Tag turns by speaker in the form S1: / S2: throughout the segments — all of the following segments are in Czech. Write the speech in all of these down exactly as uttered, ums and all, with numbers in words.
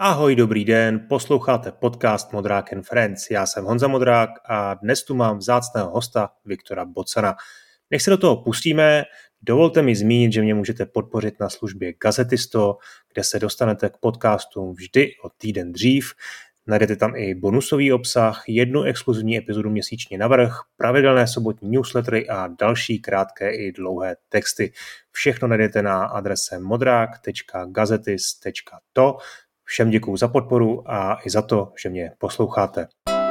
S1: Ahoj, dobrý den, posloucháte podcast Modrák and Friends. Já jsem Honza Modrák a dnes tu mám vzácného hosta Viktora Bocana. Než se do toho pustíme, dovolte mi zmínit, že mě můžete podpořit na službě Gazetisto, kde se dostanete k podcastům vždy o týden dřív. Najdete tam i bonusový obsah, jednu exkluzivní epizodu měsíčně navrch, pravidelné sobotní newslettery a další krátké i dlouhé texty. Všechno najdete na adrese modrák tečka gazetis tečka to. Všem děkuju za podporu a i za to, že mě posloucháte.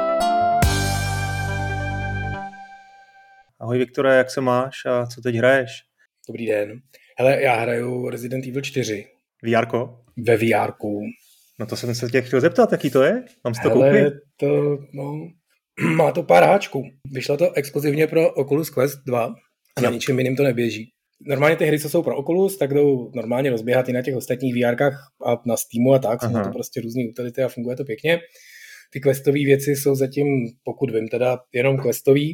S1: Ahoj Viktore, jak se máš a co teď hraješ?
S2: Dobrý den. Hele, já hraju Resident Evil čtyři.
S1: vé érko?
S2: Ve vé érku.
S1: No to jsem se tě chtěl zeptat, jaký to je? Mám si to koupit?
S2: Hele, to, no, má to pár háčků. Vyšlo to exkluzivně pro Oculus Quest dva a na no. ničem jiným to neběží. Normálně ty hry, co jsou pro Oculus, tak jdou normálně rozběhat i na těch ostatních vé érkách a na Steamu a tak. Jsou to prostě různý utility a funguje to pěkně. Ty questové věci jsou zatím, pokud vím, teda jenom questový,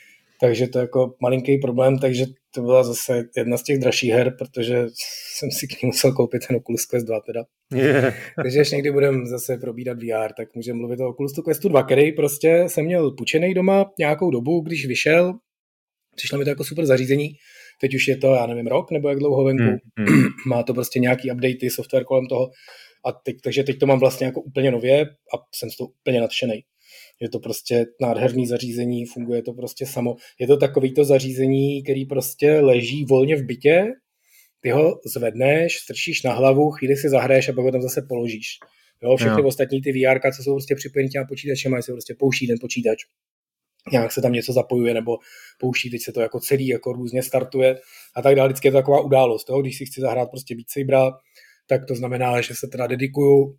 S2: takže to je jako malinký problém, takže to byla zase jedna z těch dražších her, protože jsem si k ní musel koupit ten Oculus Quest dva teda. Yeah. Takže až někdy budeme zase probírat vé ér, tak můžeme mluvit o Oculus Questu dva, který prostě jsem měl půjčený doma nějakou dobu, když vyšel. Přišlo mi to jako super zařízení. Teď už je to, já nevím, rok nebo jak dlouho venku. Mm, mm. Má to prostě nějaký updatey, software kolem toho. A teď, takže teď to mám vlastně jako úplně nově a jsem z toho úplně nadšenej. Je to prostě nádherný zařízení, funguje to prostě samo. Je to takovýto zařízení, který prostě leží volně v bytě, ty ho zvedneš, strčíš na hlavu, chvíli si zahraješ a pak ho tam zase položíš. Jo, všechny no. ostatní ty vé érka, co jsou prostě připojený těma počítačem, mají se prostě pouští ten počítač. Nějak se tam něco zapojuje nebo pouští, teď se to jako celý jako různě startuje a tak dále. Vždycky je to taková událost. Jo? Když si chci zahrát prostě Beat Sabera, tak to znamená, že se teda dedikuju,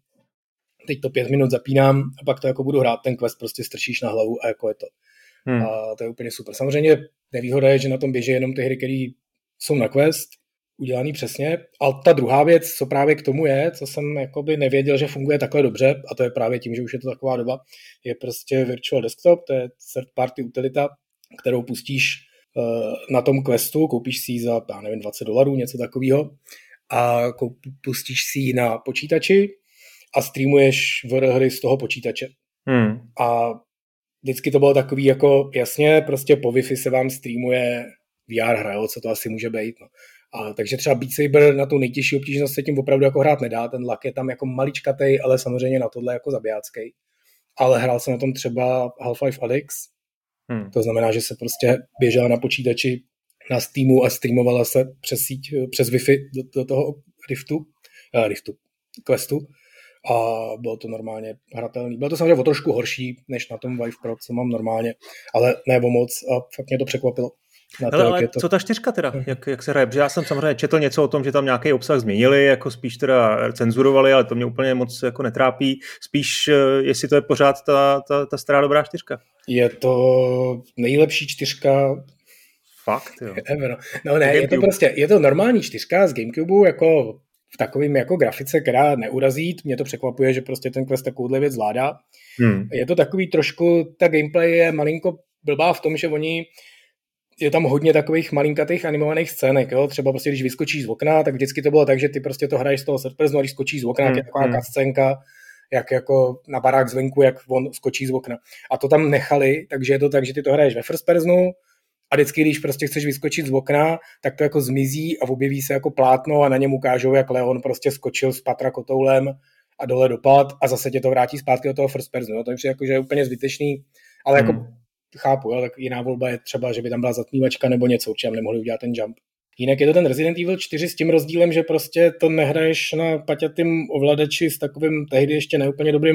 S2: teď to pět minut zapínám a pak to jako budu hrát, ten quest prostě strčíš na hlavu a jako je to. Hmm. A to je úplně super. Samozřejmě nevýhoda je, že na tom běží jenom ty hry, které jsou na quest, udělaný přesně. A ta druhá věc, co právě k tomu je, co jsem jakoby nevěděl, že funguje takhle dobře, a to je právě tím, že už je to taková doba, je prostě Virtual Desktop, to je third party utilita, kterou pustíš uh, na tom questu, koupíš si ji za, já nevím, dvacet dolarů, něco takového, a koup, pustíš si ji na počítači a streamuješ V R hry z toho počítače. Hmm. A vždycky to bylo takový jako, jasně, prostě po Wi-Fi se vám streamuje V R hra, jo, co to asi může být, no. A takže třeba Beat Saber na tu nejtěžší obtížnost se tím opravdu jako hrát nedá, ten lak je tam jako maličkatej, ale samozřejmě na tohle jako zabijáckej. Ale hrál jsem na tom třeba Half-Life Alyx, hmm. to znamená, že se prostě běžela na počítači na Steamu a streamovala se přes síť, přes Wi-Fi do, do toho Riftu, uh, Riftu, Questu a bylo to normálně hratelný. Bylo to samozřejmě o trošku horší, než na tom Vive Pro, co mám normálně, ale ne o moc a fakt mě to překvapilo.
S1: Hele, ale to... co ta čtyřka teda, jak, jak se hraje? Protože já jsem samozřejmě četl něco o tom, že tam nějaký obsah změnili, jako spíš teda cenzurovali, ale to mě úplně moc jako netrápí. Spíš, jestli to je pořád ta, ta, ta stará dobrá čtyřka.
S2: Je to nejlepší čtyřka.
S1: Fakt, jo.
S2: No ne, je to prostě, je to normální čtyřka z Gamecube, jako v takovým jako grafice, která neurazí. Mě to překvapuje, že prostě ten Quest takovouhle věc zvládá. Hmm. Je to takový trošku, ta gameplay je malinko blbá v tom, že oni je tam hodně takových malinkatých animovaných scének, jo? Třeba prostě, když vyskočíš z okna, tak vždycky to bylo tak, že ty prostě to hraješ z toho third personu, a když skočíš z okna, hmm. tak je taková hmm. cutscenka, jak jako na barák zvenku, jak on skočí z okna. A to tam nechali, takže je to tak, že ty to hraješ ve first personu a vždycky, když prostě chceš vyskočit z okna, tak to jako zmizí a objeví se jako plátno a na něm ukážou, jak Leon prostě skočil z patra kotoulem a dole dopad a zase tě to vrátí zpátky do toho first personu. To je jako, že je úplně zbytečný, ale jako hmm. chápu, jo, tak jiná volba je třeba, že by tam byla zatmívačka nebo něco, určitě nemohli udělat ten jump. Jinak je to ten Resident Evil čtyři s tím rozdílem, že prostě to nehraješ na paťatým ovladači s takovým tehdy ještě neúplně dobrým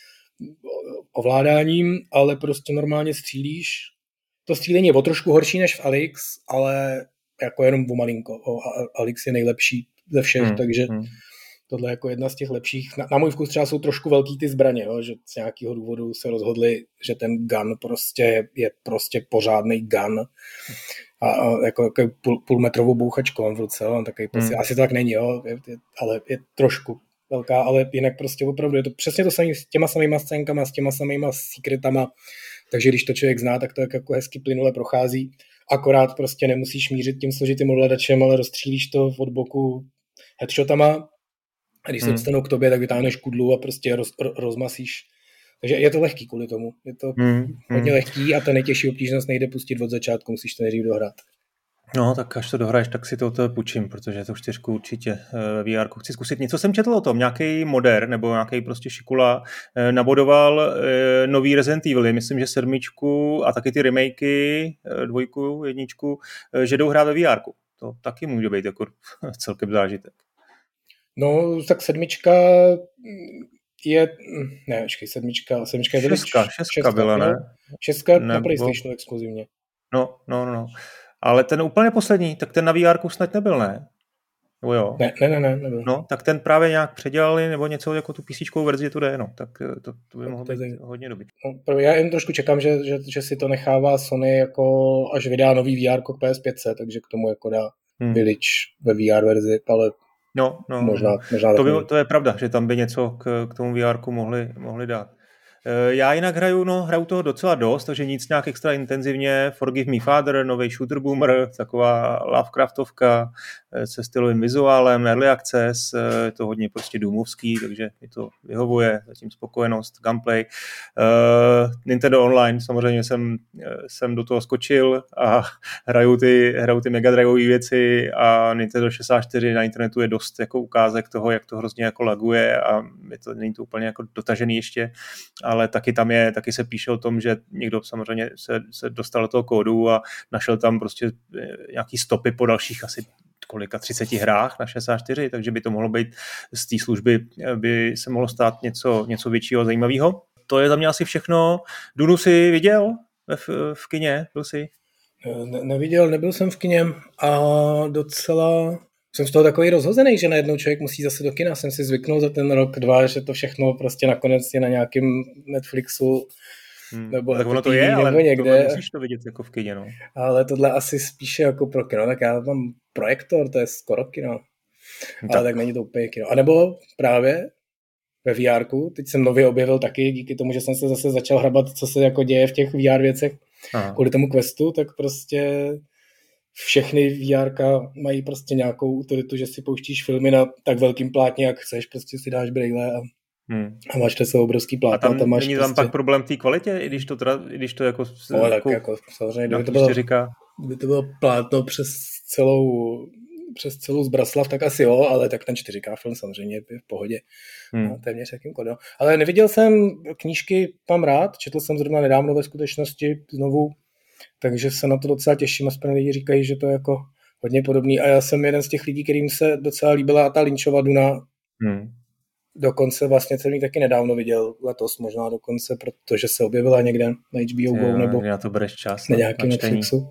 S2: ovládáním, ale prostě normálně střílíš. To střílení je o trošku horší než v Alyx, ale jako jenom o malinko. O, Alyx je nejlepší ze všech, hmm, takže hmm. tohle je jako jedna z těch lepších. Na, na můj vkus třeba jsou trošku velký ty zbraně, jo, že z nějakého důvodu se rozhodli, že ten gun prostě je prostě pořádný gun. A, a jako, jako půl, půlmetrovou bouchačku mám v ruce, jo, takový prostě, hmm. asi to tak není, jo, je, je, ale je trošku velká, ale jinak prostě opravdu je to přesně to samé s těma samýma scénkama, s těma samýma secretama, takže když to člověk zná, tak to jako hezky plynule prochází. Akorát prostě nemusíš mířit tím složitým ovladačem, ale rozstřílíš to od boku headshotama A když se
S1: Hmm.
S2: dostanou k tobě, tak vytáhneš kudlu a prostě roz, rozmasíš. Takže je to lehký kvůli tomu. Je to
S1: Hmm.
S2: hodně
S1: Hmm.
S2: lehký a ta nejtěžší obtížnost nejde pustit od začátku, musíš to nejdřív dohrát.
S1: No, tak až to dohraješ, tak si to, to půjčím, protože to čtyřku určitě ve V R ku chci zkusit. Něco jsem četl o tom, nějaký moder nebo nějaký prostě šikula nabodoval nový Resident Evil, myslím, že sedmičku a taky ty remakey, dvojku, jedničku, že jdou hrát ve V R ku. To taky může být jako celkem zážitek.
S2: No, tak sedmička je, ne, počkej, sedmička, sedmička je velič,
S1: šestka, šestka, šestka byla, ne?
S2: Šestka
S1: Nebo...
S2: na PlayStationu exkluzivně.
S1: No, no, no. Ale ten úplně poslední, tak ten na V R ku snad nebyl, ne? Nebo jo?
S2: Ne, ne, ne, ne, nebyl.
S1: No, tak ten právě nějak předělali, nebo něco jako tu písíčkovou verzi, to jde, no. Tak to, to by mohlo být je... hodně dobrý.
S2: No, já jen trošku čekám, že, že, že si to nechává Sony jako, až vydá nový V R k P S pět, takže k tomu jako dá hmm. Village ve V R verzi, ale
S1: no, no,
S2: možná, možná
S1: to, by, to je pravda, že tam by něco k, k tomu V R ku mohli, mohli dát. Já jinak hraju, no, hraju toho docela dost, takže nic nějak extra intenzivně. Forgive Me Father, nový shooter boomer, taková Lovecraftovka se stylovým vizuálem, early access, je to hodně prostě doomovský, takže mi to vyhovuje, zatím spokojenost, gameplay. Uh, Nintendo Online, samozřejmě jsem, jsem do toho skočil a hraju ty, hraju ty Mega Driveové věci a Nintendo šedesát čtyři na internetu je dost jako ukázek toho, jak to hrozně jako laguje a je to, není to úplně jako dotažený ještě, ale taky tam je, taky se píše o tom, že někdo samozřejmě se, se dostal do toho kódu a našel tam prostě nějaký stopy po dalších asi kolika třiceti hrách na šedesát čtyři, takže by to mohlo být z té služby, by se mohlo stát něco, něco většího zajímavého. To je za mě asi všechno. Dunu si viděl v, v kině? Byl jsi?
S2: Ne, neviděl, nebyl jsem v kině a docela jsem z toho takový rozhozený, že najednou člověk musí zase do kina. Jsem si zvyknul za ten rok, dva, že to všechno prostě nakonec je na nějakém Netflixu.
S1: Hmm. Nebo tak ono to je, ale někde. Musíš to vidět jako v kině, no.
S2: Ale tohle asi spíše jako pro kino, tak já mám projektor, to je skoro kino. Tak. Ale tak není to úplně kino. A nebo právě ve V R ku, teď jsem nově objevil taky, díky tomu, že jsem se zase začal hrabat, co se jako děje v těch V R věcech, aha, kvůli tomu questu, tak prostě všechny V R ka mají prostě nějakou utilitu, že si pouštíš filmy na tak velkým plátně, jak chceš, prostě si dáš brejle a Hmm. a máš to obrovský plátno.
S1: A tam,
S2: tam máš
S1: není
S2: prostě...
S1: tam pak problém v té kvalitě, i když to, teda, i když to jako...
S2: No, tak jako, jako samozřejmě, kdyby to, bylo, říká... kdyby to bylo plátno přes celou, přes celou Zbraslav, tak asi jo, ale tak ten čtyři ká film samozřejmě je v pohodě. Hmm. A téměř jakýmkoliv. No. Ale neviděl jsem knížky, mám rád, četl jsem zrovna nedávno ve skutečnosti znovu, takže se na to docela těším, aspoň lidi říkají, že to je jako hodně podobný a já jsem jeden z těch lidí, kterým se docela líbila ta Lynchova Duna. Hmm. Dokonce vlastně jsem ji taky nedávno viděl, letos možná dokonce, protože se objevila někde na H B O Go nebo
S1: na to bereš čas,
S2: na nějakém Netflixu.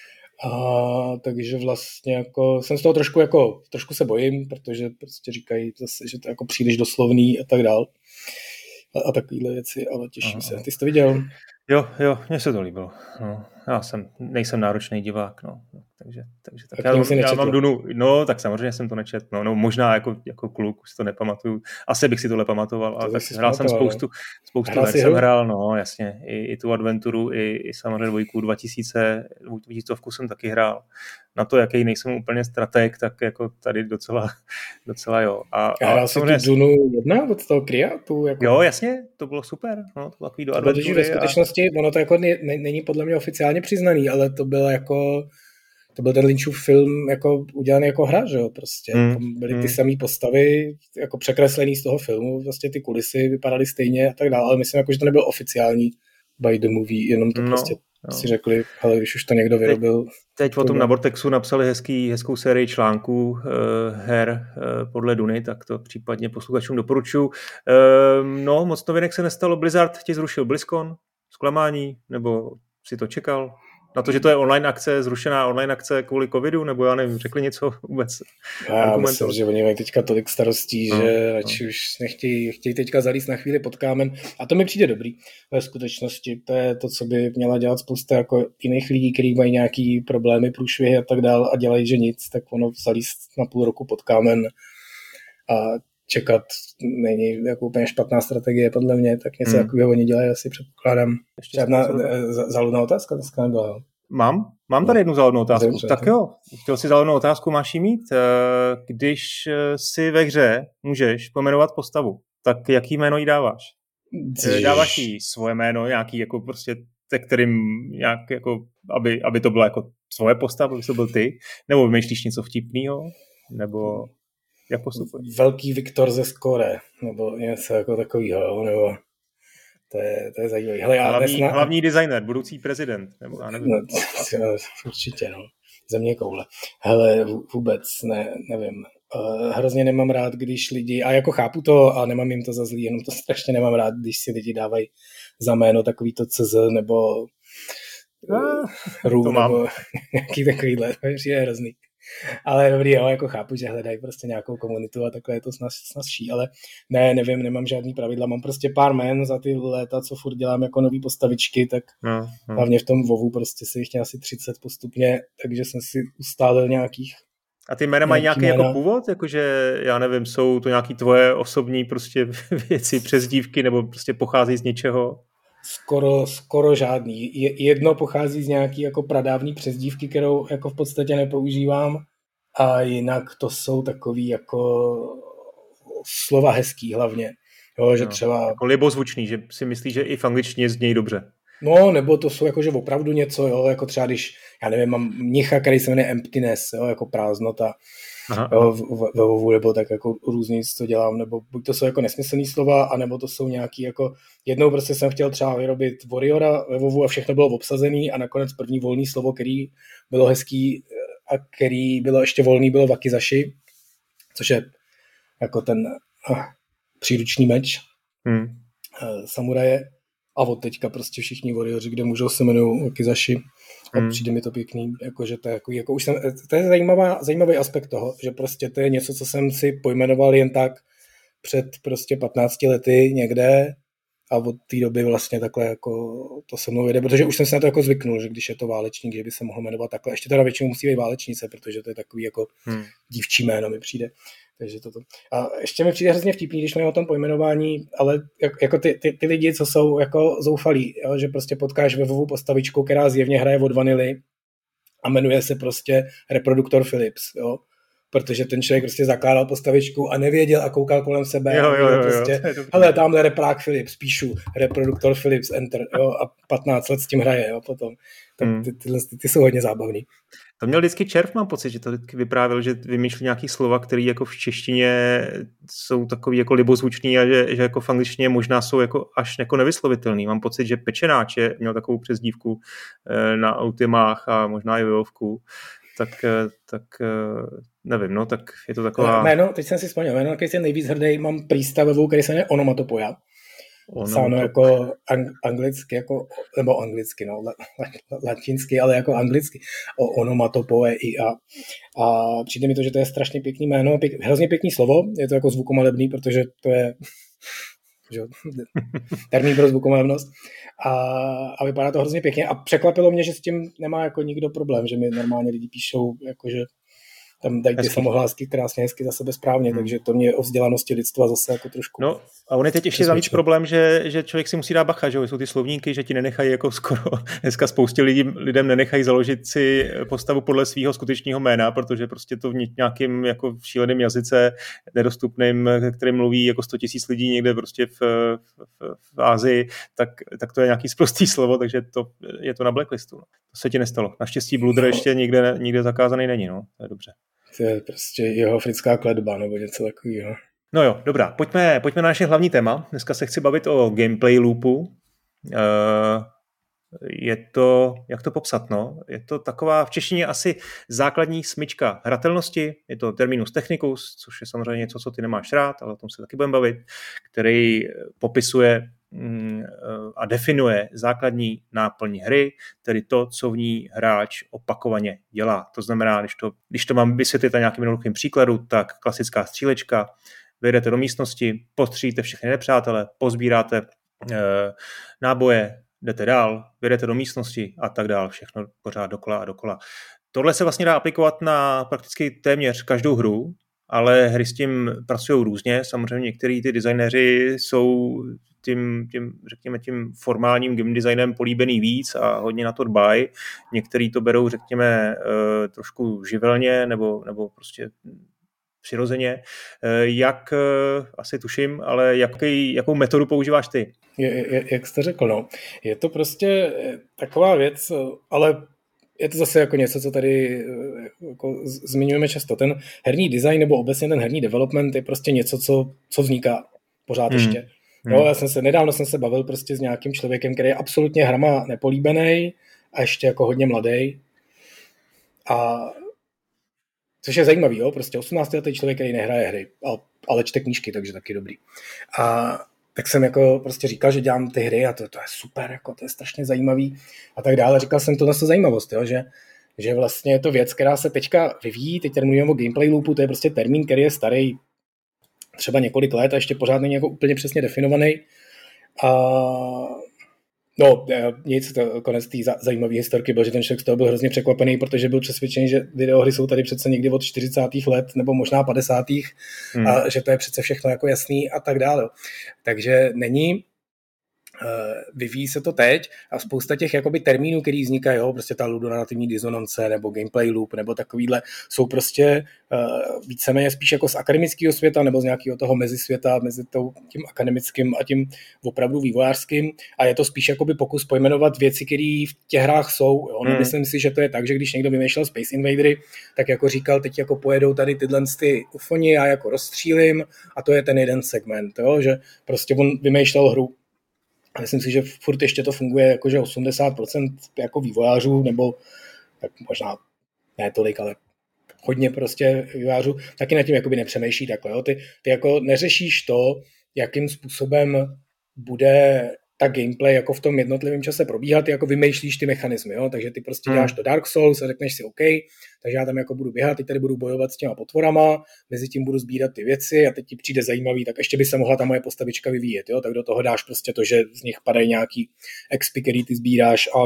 S2: A takže vlastně jako jsem z toho trošku jako, trošku se bojím, protože prostě říkají zase, že to je jako příliš doslovný a tak dál. A, a takovýhle věci, ale těším Aha. se. Ty jsi to viděl?
S1: Jo, jo, mně se to líbilo. No, já jsem, nejsem náročný divák, no. Takže, takže tak, tak já, já mám Dunu, no, tak samozřejmě jsem to nečetl, no, no možná jako, jako kluk si to nepamatuju. Asi bych si tohle pamatoval, ale tak hrál jsem spoustu, spoustu her jsem hrál, no, jasně, i, i tu adventuru, i, i samozřejmě dvojku dva tisíce, dvoutisícovku jsem taky hrál. Na to, jaký nejsem úplně strateg, tak jako tady docela, docela jo. A,
S2: a hrál si tu Dunu jedna od toho Kria? Tu jako...
S1: Jo, jasně, to bylo super, no, to bylo takový do adventury.
S2: Ve skutečnosti, a... ono to jako ne, ne, není podle mě oficiálně přiznaný, ale to bylo jako to byl ten Lynchův film jako udělaný jako hra, že jo, prostě. Mm, tam byly mm. ty samé postavy, jako překreslený z toho filmu, vlastně ty kulisy vypadaly stejně a tak dále, ale myslím, jako, že to nebylo oficiální by the movie, jenom to no, prostě no. si řekli, ale když už to někdo vyrobil.
S1: Teď, teď o tom na Vortexu napsali hezký, hezkou sérii článků uh, her uh, podle Duny, tak to případně posluchačům doporučuji. Uh, no, moc novinek se nestalo, Blizzard ti zrušil BlizzCon, zklamání, nebo si to čekal? Na to, že to je online akce, zrušená online akce kvůli covidu, nebo já nevím, řekli něco vůbec?
S2: Já myslím, že oni mají teďka tolik starostí, no, že ať no. už nechtějí, chtějí teďka zalíst na chvíli pod kámen. A to mi přijde dobrý ve skutečnosti. To je to, co by měla dělat spousta jako jiných lidí, kteří mají nějaký problémy, průšvihy a tak dál a dělají, že nic, tak ono zalíst na půl roku pod kámen a čekat není jako úplně špatná strategie podle mě, tak něco hmm. takového oni dělají, asi předpokládám. Žádná záludná otázka dneska nebyla.
S1: mám, mám tady jednu záhodnou otázku.
S2: Dobře.
S1: Tak jo, chtěl si záhodnou otázku, máš jí mít. Když si ve hře můžeš pojmenovat postavu, tak jaký jméno jí dáváš? Dáváš jí svoje jméno, nějaký jako prostě, te kterým nějak jako, aby, aby to byla jako svoje postava, aby to byl ty, nebo vymýšlíš něco vtipného, nebo jak postupuješ?
S2: Velký Viktor ze Skore, nebo něco jako takovýho, nebo to je, to je zajímavý. Hele, já
S1: hlavní,
S2: na...
S1: hlavní designer, budoucí prezident, nebo já nevím.
S2: No, určitě, no. Země koule. Hele, vůbec ne, nevím. Uh, hrozně nemám rád, když lidi, a jako chápu to a nemám jim to za zlý, jenom to strašně nemám rád, když si lidi dávají za jméno takový to C Z nebo uh, Rů, nebo nějaký takovýhle, to je hrozný. Ale dobrý, jo, jako chápu, že hledají prostě nějakou komunitu a takhle je to snaz, snazší, ale ne, nevím, nemám žádný pravidla, mám prostě pár jmen za ty léta, co furt dělám jako nový postavičky, tak
S1: no, no.
S2: hlavně v tom WoWu prostě si jich měl asi třicet postupně, takže jsem si ustálil nějakých.
S1: A ty jména mají nějaký jména. Jako původ? Jakože, já nevím, jsou to nějaký tvoje osobní prostě věci, přezdívky, nebo prostě pochází z něčeho?
S2: Skoro, skoro žádný. Jedno pochází z nějaký jako pradávní přezdívky, kterou jako v podstatě nepoužívám, a jinak to jsou takový jako slova hezký hlavně. Jo, že no, třeba...
S1: Jako libozvučný, že si myslíš, že i v angličtině znějí dobře.
S2: No, nebo to jsou jakože opravdu něco, jo, jako třeba když, já nevím, mám mnicha, který se jmenuje emptiness, jo, jako prázdnota, jo, ve WoWu, nebo tak jako různě co dělám, nebo buď to jsou jako nesmyslný slova, anebo to jsou nějaký jako, jednou prostě jsem chtěl třeba vyrobit warriora ve WoWu a všechno bylo obsazený a nakonec první volný slovo, který bylo hezký a který bylo ještě volný, bylo wakizashi, což je jako ten ah, příruční meč hmm. samuraje. A od teďka prostě všichni warrioři, kde můžou, se jmenují wakizashi. A hmm. přijde mi to pěkný, jakože to je jako, jako už jsem, to je zajímavá, zajímavý aspekt toho, že prostě to je něco, co jsem si pojmenoval jen tak před prostě patnácti lety někde a od té doby vlastně takhle jako to se mnou jede, protože už jsem se na to jako zvyknul, že když je to válečník, že by se mohl jmenovat takhle. Ještě teda většinou musí být válečnice, protože to je takový jako hmm. dívčí jméno mi přijde. Takže toto. A ještě mi přijde hrozně vtipný, když mluvím o tom pojmenování, ale jako ty, ty, ty lidi, co jsou jako zoufalí, jo, že prostě potkáš ve WoWu postavičku, která zjevně hraje od vanily a jmenuje se prostě reproduktor Philips, jo. Protože ten člověk prostě zakládal postavičku a nevěděl a koukal kolem sebe.
S1: Jo, jo, jo,
S2: prostě, hele, tamhle reprák Philips, píšu, reproduktor Philips, enter, jo, a patnáct let s tím hraje, jo, potom. Tak ty, ty, ty, ty jsou hodně zábavný.
S1: To měl vždycky Červ, mám pocit, že to vždycky vyprávěl, že vymýšlí nějaký slova, které jako v češtině jsou takový jako libozvučný a že, že jako v angličtině možná jsou jako až jako nevyslovitelný. Mám pocit, že Pečenáč je, měl takovou přezdívku na Ultimách a možná i Vyovku. Tak, tak nevím, no, tak je to taková...
S2: Jméno, teď jsem si vzpomněl, jméno, který jsem nejvíc hrdý, mám přístavovou, který se jmenuje Onomatopoja. Sáno jako ang- anglicky, jako, nebo anglicky, no, la, la, latinsky, ale jako anglicky. O onomatopoe i a. A přijde mi to, že to je strašně pěkný jméno, pěk, hrozně pěkný slovo, je to jako zvukomalebný, protože to je že, termín pro zvukomalebnost. A, a vypadá to hrozně pěkně. A překvapilo mě, že s tím nemá jako nikdo problém, že mi normálně lidi píšou, jakože tam dají ty samohlásky krásně hezky za sebe správně, hmm. takže to mě o vzdělanosti lidstva zase jako trošku...
S1: No a on je teď ještě navíc problém, že, že člověk si musí dát bacha, že jsou ty slovníky, že ti nenechají jako skoro, dneska spoustě lidí, lidem nenechají založit si postavu podle svého skutečného jména, protože prostě to v nějakým jako šíleným jazyce nedostupným, kterým mluví jako sto tisíc lidí někde prostě v, v, v Ázii, tak, tak to je nějaký sprostý slovo, takže to, je to na blacklistu. No. To se ti nestalo. Naštěstí Bludr ještě nikde, nikde zakázaný není, no, to je dobře.
S2: To je prostě jeho africká kletba nebo něco takového.
S1: No jo, dobrá, pojďme, pojďme na naše hlavní téma. Dneska se chci bavit o gameplay loopu. Je to, jak to popsat, no? Je to taková v češtině asi základní smyčka hratelnosti, je to terminus technicus, což je samozřejmě něco, co ty nemáš rád, ale o tom se taky budeme bavit, který popisuje a definuje základní náplň hry, tedy to, co v ní hráč opakovaně dělá. To znamená, když to, když to mám vysvětlit na nějakým jednoduchým příkladu, tak klasická střílečka, vyjdete do místnosti, postřílíte všechny nepřátele, pozbíráte e, náboje, jdete dál, vyjdete do místnosti a tak dál, všechno pořád dokola a dokola. Tohle se vlastně dá aplikovat na prakticky téměř každou hru ale hry s tím pracují různě. Samozřejmě některý ty designéři jsou tím, tím, řekněme, tím formálním game designem políbený víc a hodně na to dbají. Některý to berou, řekněme, trošku živelně nebo, nebo prostě přirozeně. Jak, asi tuším, ale jaký, jakou metodu používáš ty?
S2: Je, je, jak jste řekl, no. Je to prostě taková věc, ale je to zase jako něco, co tady jako zmiňujeme často. Ten herní design nebo obecně ten herní development je prostě něco, co, co vzniká pořád hmm. ještě. Hmm. No, já jsem se, nedávno jsem se bavil prostě s nějakým člověkem, který je absolutně hrama nepolíbený a ještě jako hodně mladý. A což je zajímavý, jo? Prostě osmnáctiletý člověk, který nehraje hry, ale čte knížky, takže taky dobrý. A tak jsem jako prostě říkal, že dělám ty hry a to, to je super, jako to je strašně zajímavý a tak dále. Říkal jsem to na to zajímavost, jo? Že, že vlastně je to věc, která se teďka vyvíjí, teď tady mluvím o gameplay loopu, to je prostě termín, který je starý třeba několik let a ještě pořád není jako úplně přesně definovaný. A no, nic, to konec té zajímavé historky byl, že ten člověk z toho byl hrozně překvapený, protože byl přesvědčený, že videohry jsou tady přece někdy od čtyřicátých let nebo možná padesátých Hmm. a že to je přece všechno jako jasný a tak dále. Takže není, vyvíjí se to teď a spousta těch jakoby termínů, který vznikají, jo, prostě ta ludonarrativní disonance nebo gameplay loop nebo takovýhle, jsou prostě uh, víceméně spíš jako z akademického světa nebo z nějakého toho mezisvěta, mezi tím akademickým a tím opravdu vývojářským a je to spíš jakoby pokus pojmenovat věci, které v těch hrách jsou. Jo. Hmm. Myslím si, že to je tak, že když někdo vymýšlel Space Invadery, tak jako říkal, teď jako pojedou tady tyhle ty ufoni, já jako rozstřílim a to je ten jeden segment, jo, že prostě on vymýšlel hru. A myslím si, že furt ještě to funguje jakože osmdesát procent jako vývojářů, nebo tak možná ne tolik, ale hodně prostě vývojářů, taky nad tím jakoby nepřemýšlí takhle. Jo? Ty, ty jako neřešíš to, jakým způsobem bude ta gameplay jako v tom jednotlivém čase probíhat, ty jako vymýšlíš ty mechanismy, jo? Takže ty prostě hmm. děláš to Dark Souls a řekneš si OK, takže já tam jako budu běhat, teď tady budu bojovat s těma potvorama, mezi tím budu sbírat ty věci a teď ti přijde zajímavý, tak ještě by se mohla ta moje postavička vyvíjet, jo? Tak do toho dáš prostě to, že z nich padají nějaký expy, který ty sbíráš a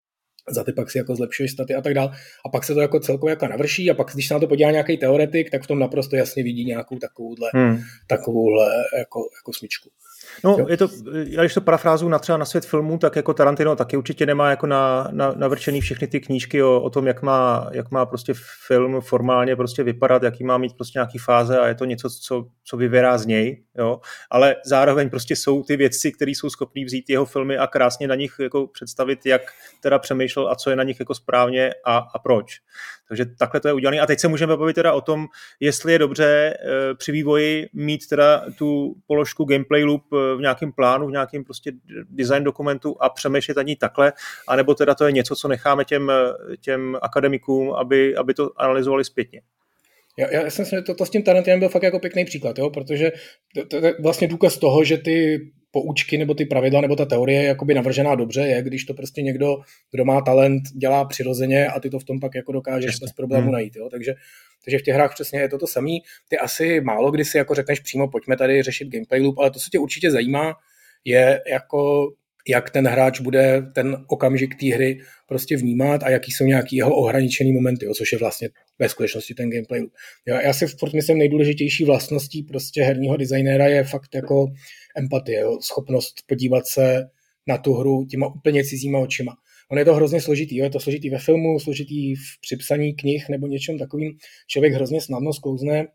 S2: za ty pak si jako zlepšuješ staty a tak dál. A pak se to jako celkově jako navrší a pak, když se na to podívá nějaký teoretik, tak v tom naprosto jasně vidí nějakou takovouhle, hmm. takovouhle jako, jako smyčku.
S1: No, jo. Je to, já když to parafrázuju na třeba na svět filmů, tak jako Tarantino taky určitě nemá jako na, na, navrčený všechny ty knížky o, o tom, jak má, jak má prostě film formálně prostě vypadat, jaký má mít prostě nějaký fáze a je to něco, co, co vyvěrá z něj, jo. Ale zároveň prostě jsou ty věci, které jsou schopný vzít jeho filmy a krásně na nich jako představit, jak teda přemýšlel a co je na nich jako správně a, a proč. Takže takhle to je udělané. A teď se můžeme bavit teda o tom, jestli je dobře e, při vývoji mít teda tu položku gameplay loop v nějakém plánu, v nějakém prostě design dokumentu a přemýšlet ani takhle, anebo teda to je něco, co necháme těm, těm akademikům, aby, aby to analyzovali zpětně.
S2: Já, já si myslím, že to, to s tím Tarantinem byl fakt jako pěkný příklad, jo? Protože to, to, to je vlastně důkaz toho, že ty poučky nebo ty pravidla nebo ta teorie je jakoby navržená dobře, je, když to prostě někdo, kdo má talent, dělá přirozeně a ty to v tom pak jako dokážeš Jasně. bez problému hmm. najít. Jo? Takže, takže v těch hrách přesně je to to samý. Ty asi málo kdy si jako řekneš přímo, pojďme tady řešit gameplay loop, ale to, co tě určitě zajímá, je jako jak ten hráč bude ten okamžik té hry prostě vnímat a jaký jsou nějaký jeho ohraničený momenty, jo, což je vlastně ve skutečnosti ten gameplay. Já, já si furt myslím, nejdůležitější vlastností prostě herního designéra je fakt jako empatie, jo, schopnost podívat se na tu hru těma úplně cizíma očima. On je to hrozně složitý, jo, je to složitý ve filmu, složitý v připsaní knih nebo něčem takovým. Člověk hrozně snadno sklouzne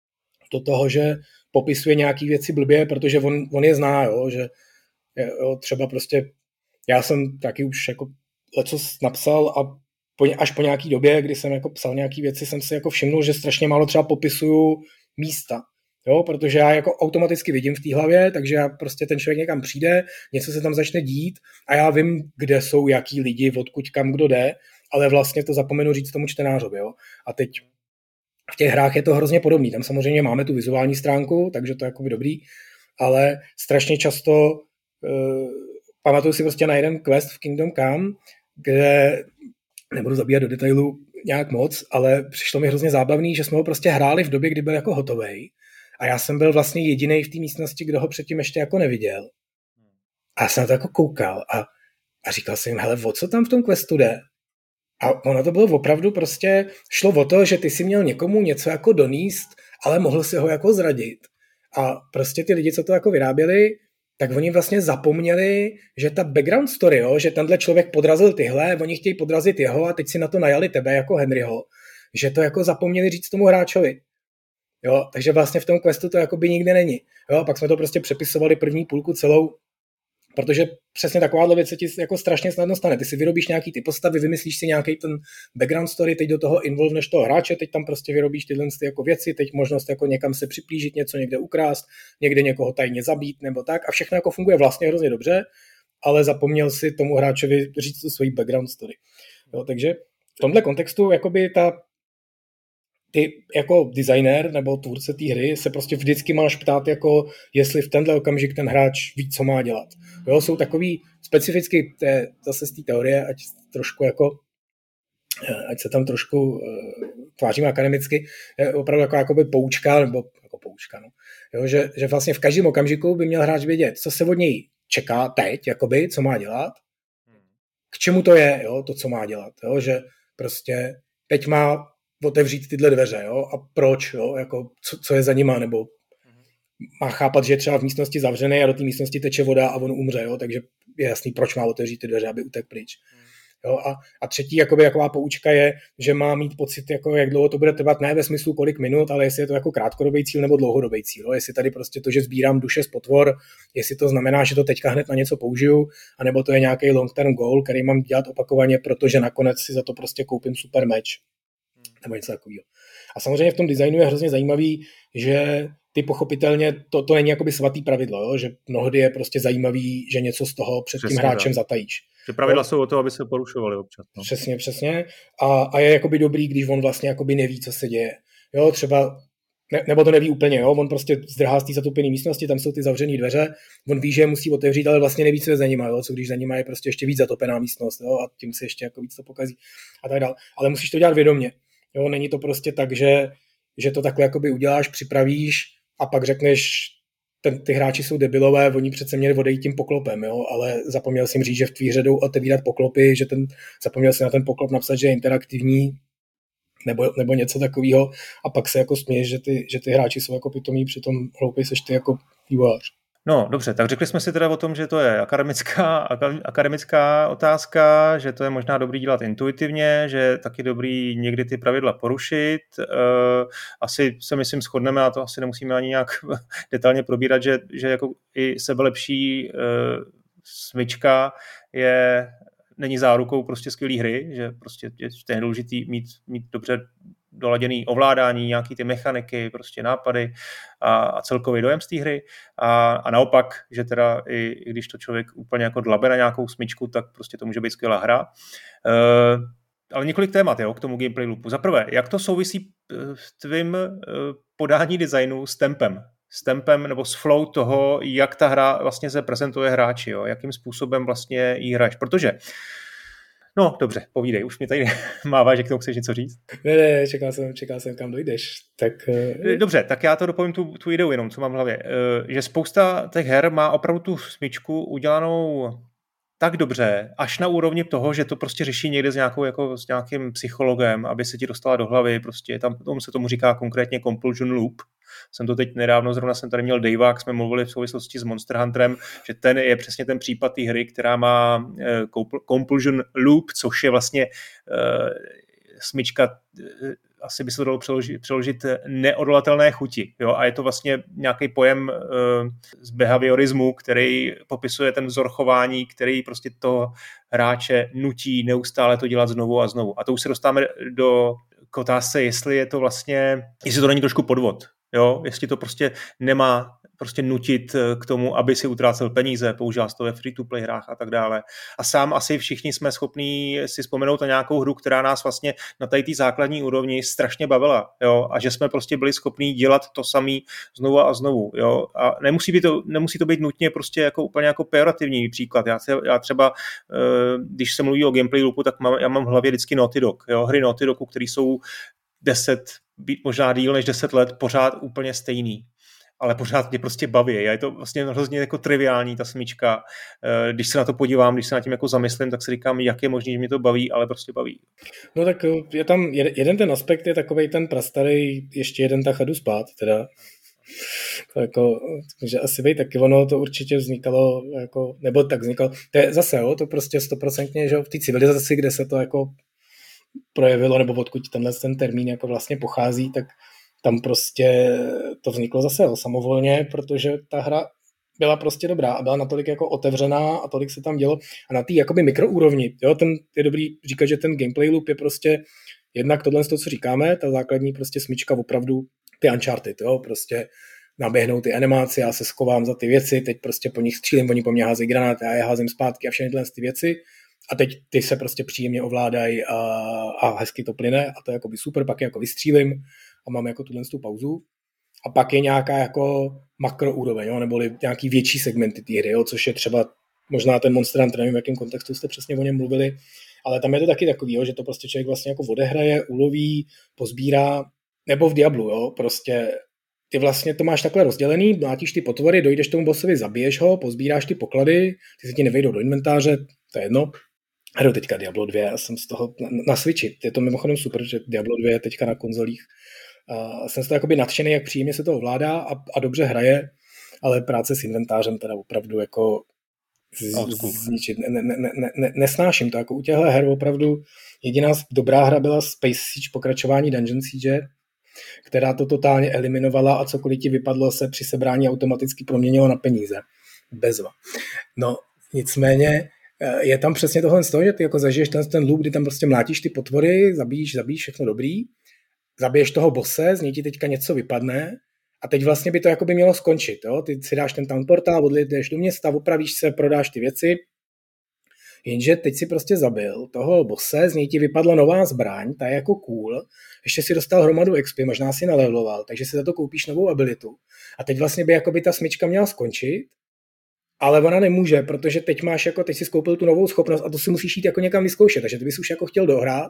S2: do toho, že popisuje nějaký věci blbě, protože on, on je zná, jo, že jo, třeba prostě já jsem taky už jako lecos napsal a po, až po nějaký době, kdy jsem jako psal nějaký věci, jsem si jako všimnul, že strašně málo třeba popisuju místa, jo, protože já jako automaticky vidím v té hlavě, takže já prostě ten člověk někam přijde, něco se tam začne dít a já vím, kde jsou jaký lidi, odkud kam kdo jde, ale vlastně to zapomenu říct tomu čtenářovi, jo. A teď v těch hrách je to hrozně podobný, tam samozřejmě máme tu vizuální stránku, takže to je jako dobrý, ale strašně často Uh, pamatuju si prostě na jeden quest v Kingdom Come, kde nebudu zabíhat do detailů nějak moc, ale přišlo mi hrozně zábavný, že jsme ho prostě hráli v době, kdy byl jako hotovej a já jsem byl vlastně jedinej v té místnosti, kdo ho předtím ještě jako neviděl. A já jsem na to jako koukal a, a říkal jsem jim, hele, o co tam v tom questu jde? A ono to bylo opravdu prostě, šlo o to, že ty si měl někomu něco jako donést ale mohl si ho jako zradit. A prostě ty lidi, co to jako vyráběli, tak oni vlastně zapomněli, že ta background story, jo, že tenhle člověk podrazil tyhle, oni chtějí podrazit jeho a teď si na to najali tebe jako Henryho, že to jako zapomněli říct tomu hráčovi. Jo, takže vlastně v tom questu to jakoby nikdy není. Jo, pak jsme to prostě přepisovali první půlku celou, protože přesně takováhle věc se ti jako strašně snadno stane. Ty si vyrobíš nějaký ty postavy, vymyslíš si nějaký ten background story, teď do toho involveneš toho hráče, teď tam prostě vyrobíš tyhle ty jako věci, teď možnost jako někam se připlížit, něco někde ukrást, někde někoho tajně zabít nebo tak a všechno jako funguje vlastně hrozně dobře, ale zapomněl si tomu hráčovi říct tu svoji background story. Jo, takže v tomhle kontextu jakoby ta ty jako designer nebo tvůrce té hry se prostě vždycky máš ptát, jako jestli v tenhle okamžik ten hráč ví, co má dělat. Jo, jsou takový specificky té, zase z té teorie, ať trošku jako ať se tam trošku uh, tváříme akademicky, je opravdu jako jakoby poučka, nebo jako poučka, no. Jo, že, že vlastně v každém okamžiku by měl hráč vědět, co se od něj čeká teď, jakoby, co má dělat, k čemu to je, jo, to, co má dělat. Jo, že prostě teď má otevřít tyhle dveře, jo, a proč, jo, jako co, co je za nima, nebo má chápat, že je třeba v místnosti zavřený a do té místnosti teče voda a on umře, jo, takže je jasný, proč má otevřít ty dveře, aby utek pryč. Jo, a, a třetí jakoby, jaková poučka je, že má mít pocit, jako, jak dlouho to bude trvat, ne ve smyslu kolik minut, ale jestli je to jako krátkodobý cíl nebo dlouhodobý cíl. Jo. Jestli tady prostě to, že sbírám duše z potvor, jestli to znamená, že to teďka hned na něco použiju, anebo to je nějaký long-term goal, který mám dělat opakovaně, protože nakonec si za to prostě koupím super meč. Nebo něco takového. A samozřejmě v tom designu je hrozně zajímavý, že ty pochopitelně, to, to není jakoby svatý pravidlo, jo? Že mnohdy je prostě zajímavý, že něco z toho před přesně tím hráčem tak zatajíš.
S1: Že pravidla jo? Jsou o to, aby se porušovaly občas. No.
S2: Přesně, přesně. A, a je jakoby dobrý, když on vlastně jakoby neví, co se děje. Jo, třeba, ne, nebo to neví úplně, jo? On prostě zdrhá z té zatoupené místnosti, tam jsou ty zavřené dveře, on ví, že je musí otevřít, ale vlastně neví, co je za nima, jo? Co když za nima je prostě ještě víc zatopená místnost, jo? A tím se ještě jako víc to pokazí a tak dále. Ale musíš to dělat vědomě. Jo, není to prostě tak, že, že to takhle jakoby uděláš, připravíš a pak řekneš, ten, ty hráči jsou debilové, oni přece měli odejít tím poklopem, jo, ale zapomněl jsem říct, že v tvý hře jdou otevírat poklopy, že ten, zapomněl jsem na ten poklop napsat, že je interaktivní nebo, nebo něco takového a pak se jako směješ, že ty, že ty hráči jsou jako pitomí, přitom hloupý seš ty jako vývojář.
S1: No, dobře, tak řekli jsme si teda o tom, že to je akademická, akademická otázka, že to je možná dobrý dělat intuitivně, že je taky dobrý někdy ty pravidla porušit. Asi se myslím shodneme, a to asi nemusíme ani nějak detailně probírat, že, že jako i sebelepší smyčka je, není zárukou prostě skvělý hry, že prostě je důležitý mít, mít dobře doladěný ovládání, nějaký ty mechaniky, prostě nápady a, a celkový dojem z té hry. A, a naopak, že teda i, i když to člověk úplně jako dlabe na nějakou smyčku, tak prostě to může být skvělá hra. E, ale několik témat, jo, k tomu gameplay loopu. Za prvé, jak to souvisí v tvým podání designu s tempem? S tempem nebo s flow toho, jak ta hra vlastně se prezentuje hráči, jo? Jakým způsobem vlastně jí hraješ. Protože no, dobře, povídej, už mě tady mává, že k tomu chceš něco říct.
S2: Ne, ne, čekal jsem, čekal jsem, kam dojdeš. Tak, uh...
S1: Dobře, tak já to dopovím tu, tu ideu jenom, co mám v hlavě. Že spousta těch her má opravdu tu smyčku udělanou tak dobře, až na úrovni toho, že to prostě řeší někde s, nějakou, jako, s nějakým psychologem, aby se ti dostala do hlavy, prostě tam tomu se tomu říká konkrétně compulsion loop. Jsem to teď nedávno, zrovna jsem tady měl Davea, jsme mluvili v souvislosti s Monster Hunterem, že ten je přesně ten případ té hry, která má uh, compulsion loop, což je vlastně uh, smyčka, uh, asi by se to dalo přeložit, přeložit neodolatelné chuti. Jo? A je to vlastně nějaký pojem uh, z behaviorismu, který popisuje ten vzor chování, který prostě toho hráče nutí neustále to dělat znovu a znovu. A to už se dostáváme do k otázce, jestli je to vlastně, jestli to není trošku podvod. Jo, jestli to prostě nemá prostě nutit k tomu, aby si utrácel peníze, používal to ve free-to-play hrách a tak dále. A sám asi všichni jsme schopní si vzpomenout na nějakou hru, která nás vlastně na té základní úrovni strašně bavila, jo, a že jsme prostě byli schopní dělat to samý znovu a znovu, jo. A nemusí, být to, nemusí to být nutně prostě jako úplně jako pejorativní příklad. Já, já třeba, když se mluví o gameplay loopu, tak mám, já mám v hlavě vždycky Naughty Dog, jo, hry Naughty Dogu, které jsou deset, být možná díl než deset let, pořád úplně stejný. ale pořád mě prostě baví. Je to vlastně hrozně jako triviální, ta smyčka. Když se na to podívám, když se na tím jako zamyslím, tak si říkám, jak je možné, že mě to baví, ale prostě baví.
S2: No tak je tam, jeden ten aspekt je takovej ten prastarý, ještě jeden tah a jdu spát, teda. To jako, že asi by taky ono to určitě vznikalo, jako, nebo tak vznikalo. To je zase, jo, to prostě stoprocentně, že v té civilizaci, kde se to jako projevilo, nebo odkud tenhle ten termín jako vlastně pochází, tak tam prostě to vzniklo zase jo, samovolně, protože ta hra byla prostě dobrá a byla natolik jako otevřená a tolik se tam dělo a na té jakoby mikroúrovni, jo, ten je dobrý říkat, že ten gameplay loop je prostě jednak tohle z toho, co říkáme, ta základní prostě smyčka opravdu ty Uncharted, jo, prostě naběhnou ty animáce, já se schovám za ty věci, teď prostě po nich střílím, oni po mně házejí granáty, já je házím zpátky a všechny tyhle ty věci a teď ty se prostě příjemně ovládají a, a hezky to plyne a to je jakoby super, pak je jako vystřílím a mám jako tuhle tu pauzu. A pak je nějaká jako makroúroveň, jo, neboli nějaký větší segmenty té hry, jo, což je třeba možná ten Monster Hunter, nevím, v jakém kontextu jste přesně o něm mluvili, ale tam je to taky takový, jo, že to prostě člověk vlastně jako odehraje, uloví, pozbírá, nebo v Diablu, jo, prostě ty vlastně to máš takhle rozdělený, mlátíš ty potvory, dojdeš tomu bossovi, zabiješ ho, pozbíráš ty poklady, ty se ti nevejdou do inventáře, to je jedno. Hraju teďka Diablo dva, já jsem z toho na, na Switchi, je to mimochodem super, že Diablo dva je teďka na konzolích. Uh, jsem z toho jakoby nadšený, jak příjemně se to ovládá a, a dobře hraje, ale práce s inventářem teda opravdu jako zničit. Ne, ne, ne, ne, ne, nesnáším to, jako u těchto her opravdu jediná dobrá hra byla Space Siege, pokračování Dungeon Siege, která to totálně eliminovala a cokoliv ti vypadlo se při sebrání automaticky proměnilo na peníze. Bezva. No, nicméně je tam přesně tohle z toho, že ty jako zažiješ ten, ten loop, kdy tam prostě mlátíš ty potvory, zabíjíš, zabíjíš všechno dobrý, zabiješ toho bose, z něj ti teďka něco vypadne a teď vlastně by to jako by mělo skončit. Jo? Ty si dáš ten town portál, odjedeš do města, opravíš se, prodáš ty věci, jenže teď si prostě zabil toho bose, z něj ti vypadla nová zbraň, ta je jako cool, ještě si dostal hromadu X P, možná si naleveloval, takže si za to koupíš novou abilitu. A teď vlastně by jako by ta smyčka měla skončit, ale ona nemůže, protože teď máš jako, teď si skoupil tu novou schopnost a to si musíš jít jako někam vyzkoušet, takže ty bys už jako chtěl dohrát,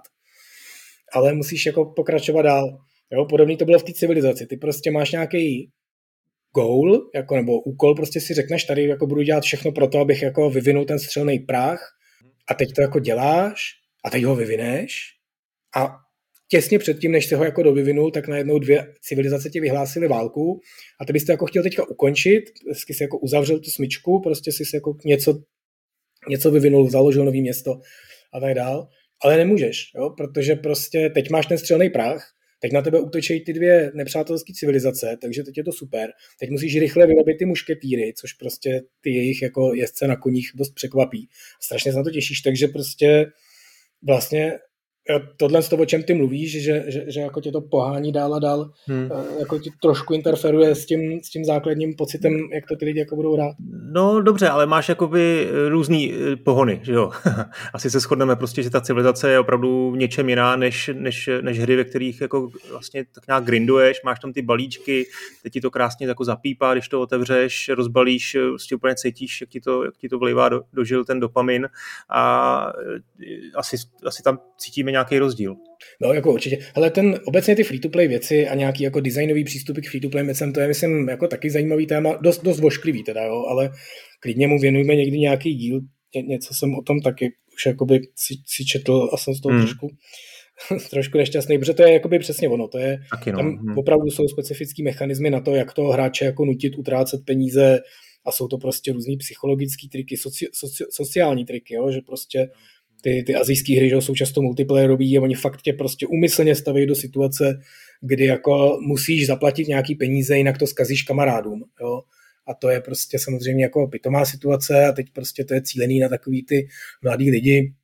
S2: ale musíš jako pokračovat dál. Jo, podobný to bylo v té civilizaci. Ty prostě máš nějaký goal, jako, nebo úkol, prostě si řekneš, tady jako budu dělat všechno pro to, abych jako vyvinul ten střelný prach a teď to jako děláš a teď ho vyvineš a těsně předtím, než se ho jako dovyvinul, tak najednou dvě civilizace ti vyhlásily válku a ty bys to jako chtěl teďka ukončit, vždycky si jako uzavřel tu smyčku, prostě si jako něco, něco vyvinul, založil nový město a tak dál. Ale nemůžeš, jo? Protože prostě teď máš ten střelný prach, teď na tebe útočí ty dvě nepřátelské civilizace, takže teď je to super. Teď musíš rychle vyrobit ty mušketýry, což prostě ty jejich jako jezdce na koních dost překvapí. Strašně se na to těšíš, takže prostě vlastně tohle z toho, o čem ty mluvíš, že, že, že jako tě to pohání dál a dál, hmm. jako ti trošku interferuje s tím, s tím základním pocitem, jak to ty lidi jako budou hrát.
S1: No dobře, ale máš jakoby různý pohony, že jo? Asi se shodneme prostě, že ta civilizace je opravdu v něčem jiná, než, než, než hry, ve kterých jako vlastně tak nějak grinduješ, máš tam ty balíčky, teď ti to krásně jako zapípá, když to otevřeš, rozbalíš, prostě úplně cítíš, jak ti to, jak ti to vlivá do, dožil ten dopamin a asi, asi tam cítíme nějaký rozdíl.
S2: No, jako určitě. Hele, ten obecně ty free-to-play věci a nějaký jako designový přístupy k free-to-play věcem, to je, myslím, jako taky zajímavý téma, dost, dost vošklivý teda, jo, ale klidně mu věnujeme někdy nějaký díl, Ně, něco jsem o tom taky už jakoby si, si četl a jsem z toho hmm. trošku, trošku nešťastný, protože to je jakoby přesně ono, to je, no. Tam hmm. opravdu jsou specifický mechanismy na to, jak toho hráče jako nutit utrácet peníze a jsou to prostě různý psychologický triky, soci, soci, sociální triky, jo, že prostě Ty, ty asijské hry, že jsou často multiplayerový a oni fakt tě prostě úmyslně staví do situace, kdy jako musíš zaplatit nějaký peníze, jinak to zkazíš kamarádům. Jo? A to je prostě samozřejmě jako pitomá situace a teď prostě to je cílený na takový ty mladý lidi,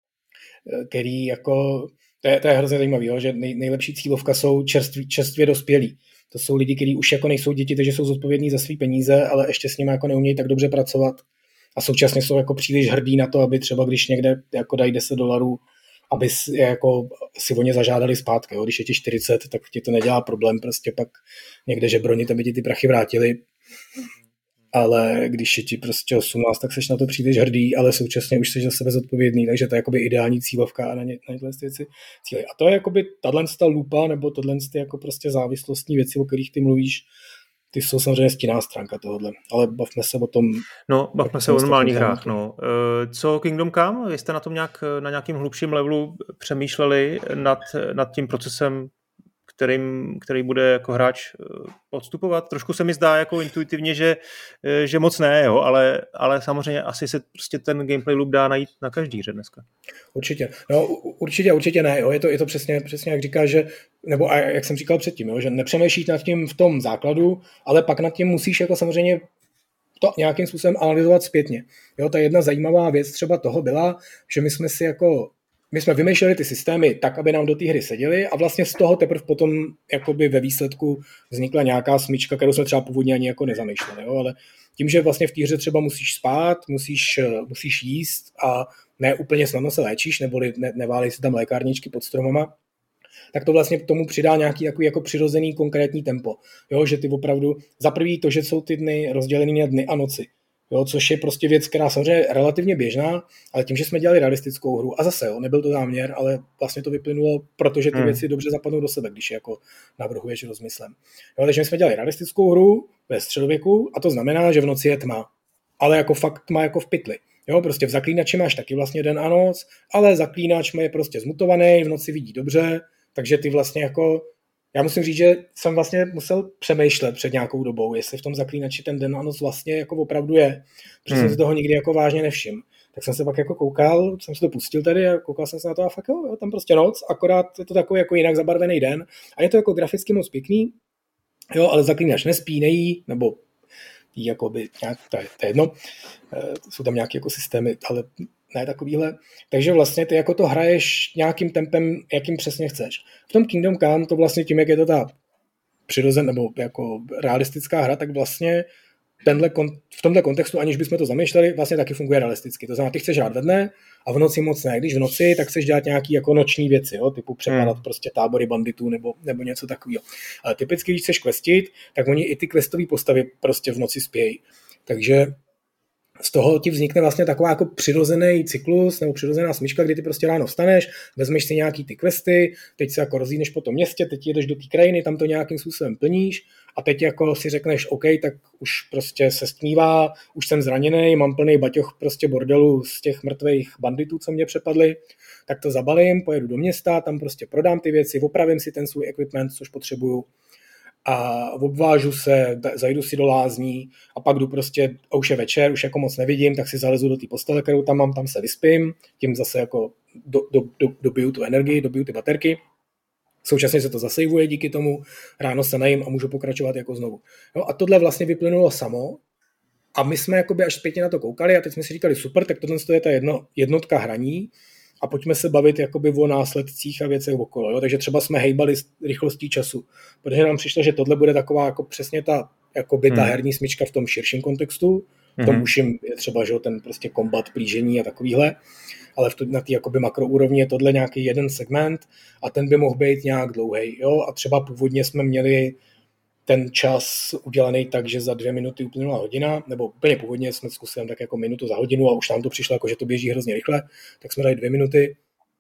S2: který jako, to je, to je hrozně zajímavý, jo? Že nej, nejlepší cílovka jsou čerství, čerstvě dospělí. To jsou lidi, kteří už jako nejsou děti, takže jsou zodpovědní za své peníze, ale ještě s nimi jako neumějí tak dobře pracovat. A současně jsou jako příliš hrdí na to, aby třeba když někde jako dají deset dolarů, aby si, jako, si o ně zažádali zpátky. Jo? Když je ti čtyřicet, tak ti to nedělá problém, prostě pak někde žebronit, aby ti ty prachy vrátili. Ale když je ti prostě osmnáct, tak seš na to příliš hrdý, ale současně už seš za sebe zodpovědný, takže to je jakoby ideální cílovka na ně, na věci cíle. A to je jakoby tato lupa, nebo tohle jako prostě závislostní věci, o kterých ty mluvíš, ty jsou samozřejmě stinná stránka tohohle, ale bavme se o tom.
S1: No, bavme se o normálních hrách, no. Co Kingdom Come? Vy jste na tom nějak, na nějakým hlubším levelu přemýšleli nad, nad tím procesem, kterým, který bude jako hráč podstupovat? Trošku se mi zdá jako intuitivně, že, že moc ne, jo, ale, ale samozřejmě asi se prostě ten gameplay loop dá najít na každý hře dneska.
S2: Určitě. No, určitě, určitě ne, jo. Je to, je to přesně, přesně jak říkáš, že, nebo a jak jsem říkal předtím, jo, že nepřemýšlíš nad tím v tom základu, ale pak nad tím musíš jako samozřejmě to nějakým způsobem analyzovat zpětně. Jo, ta jedna zajímavá věc třeba toho byla, že my jsme si jako My jsme vymýšleli ty systémy tak, aby nám do té hry seděly a vlastně z toho teprve potom jakoby ve výsledku vznikla nějaká smyčka, kterou jsme třeba původně ani jako nezamýšleli. Jo? Ale tím, že vlastně v té hře třeba musíš spát, musíš, musíš jíst a ne úplně snadno se léčíš, neboli ne, neválej si tam lékárničky pod stromama, tak to vlastně k tomu přidá nějaký jako, jako přirozený konkrétní tempo. Jo? Že ty opravdu, za prvý to, že jsou ty dny rozdělený na dny a noci. Jo, což je prostě věc, která samozřejmě relativně běžná, ale tím, že jsme dělali realistickou hru, a zase jo, nebyl to záměr, ale vlastně to vyplynulo, protože ty hmm. věci dobře zapadnou do sebe, když je jako navrhuješ rozmyslem. Jo, takže my jsme dělali realistickou hru ve středověku a to znamená, že v noci je tma, ale jako fakt tma jako v pytli. Jo, prostě v Zaklínači máš taky vlastně den a noc, ale Zaklínač je prostě zmutovaný, v noci vidí dobře, takže ty vlastně jako já musím říct, že jsem vlastně musel přemýšlet před nějakou dobou, jestli v tom Zaklínači ten den a noc vlastně jako opravdu je, protože hmm. jsem si toho nikdy jako vážně nevšiml. Tak jsem se pak jako koukal, jsem si to pustil tady a koukal jsem se na to a fakt jo, jo tam prostě noc, akorát je to takový jako jinak zabarvený den a je to jako graficky moc pěkný, jo, ale Zaklínač nespí, nejí, nebo jí jakoby nějak, to je, to je jedno, e, jsou tam nějaké jako systémy, ale ne takovýhle. Takže vlastně ty jako to hraješ nějakým tempem, jakým přesně chceš. V tom Kingdom Come to vlastně tím, jak je to ta přirozená nebo jako realistická hra, tak vlastně tenhle, v tomhle kontextu, aniž bychom to zamýšleli, vlastně taky funguje realisticky. To znamená, ty chceš hrát ve dne a v noci moc ne. Když v noci, tak chceš dělat nějaký jako noční věci, jo? Typu přepadat hmm. prostě tábory banditů nebo, nebo něco takového. Ale typicky, když chceš questit, tak oni i ty questové postavy prostě v noci spějí. Takže z toho ti vznikne vlastně taková jako přirozený cyklus nebo přirozená smyčka, kdy ty prostě ráno vstaneš, vezmeš si nějaký ty questy, teď se jako rozjídeš po tom městě, teď jedeš do té krajiny, tam to nějakým způsobem plníš a teď jako si řekneš OK, tak už prostě se stmívá, už jsem zraněný, mám plný baťoch prostě bordelu z těch mrtvých banditů, co mě přepadli, tak to zabalím, pojedu do města, tam prostě prodám ty věci, opravím si ten svůj equipment, což potřebuju, a obvážu se, zajdu si do lázní a pak jdu prostě, a už je večer, už jako moc nevidím, tak si zalezu do té postele, kterou tam mám, tam se vyspím, tím zase jako do, do, do, dobiju tu energii, dobiju ty baterky. Současně se to zasejvuje díky tomu, ráno se najím a můžu pokračovat jako znovu. No a tohle vlastně vyplynulo samo a my jsme jakoby až zpětně na to koukali a teď jsme si říkali super, tak tohle je ta jedno, jednotka hraní, a pojďme se bavit jakoby o následcích a věcech okolo. Jo? Takže třeba jsme hejbali s rychlostí času, protože nám přišlo, že tohle bude taková jako přesně ta, jakoby ta hmm. herní smyčka v tom širším kontextu. V tom hmm. uším je třeba že ten prostě kombat, plížení a takovýhle, ale v to, na té jakoby makroúrovni je tohle nějaký jeden segment a ten by mohl být nějak dlouhej. Jo? A třeba původně jsme měli ten čas udělaný tak, že za dvě minuty uplynula hodina, nebo úplně původně jsme zkusili tak jako minutu za hodinu a už nám to přišlo, jako, že to běží hrozně rychle, tak jsme dali dvě minuty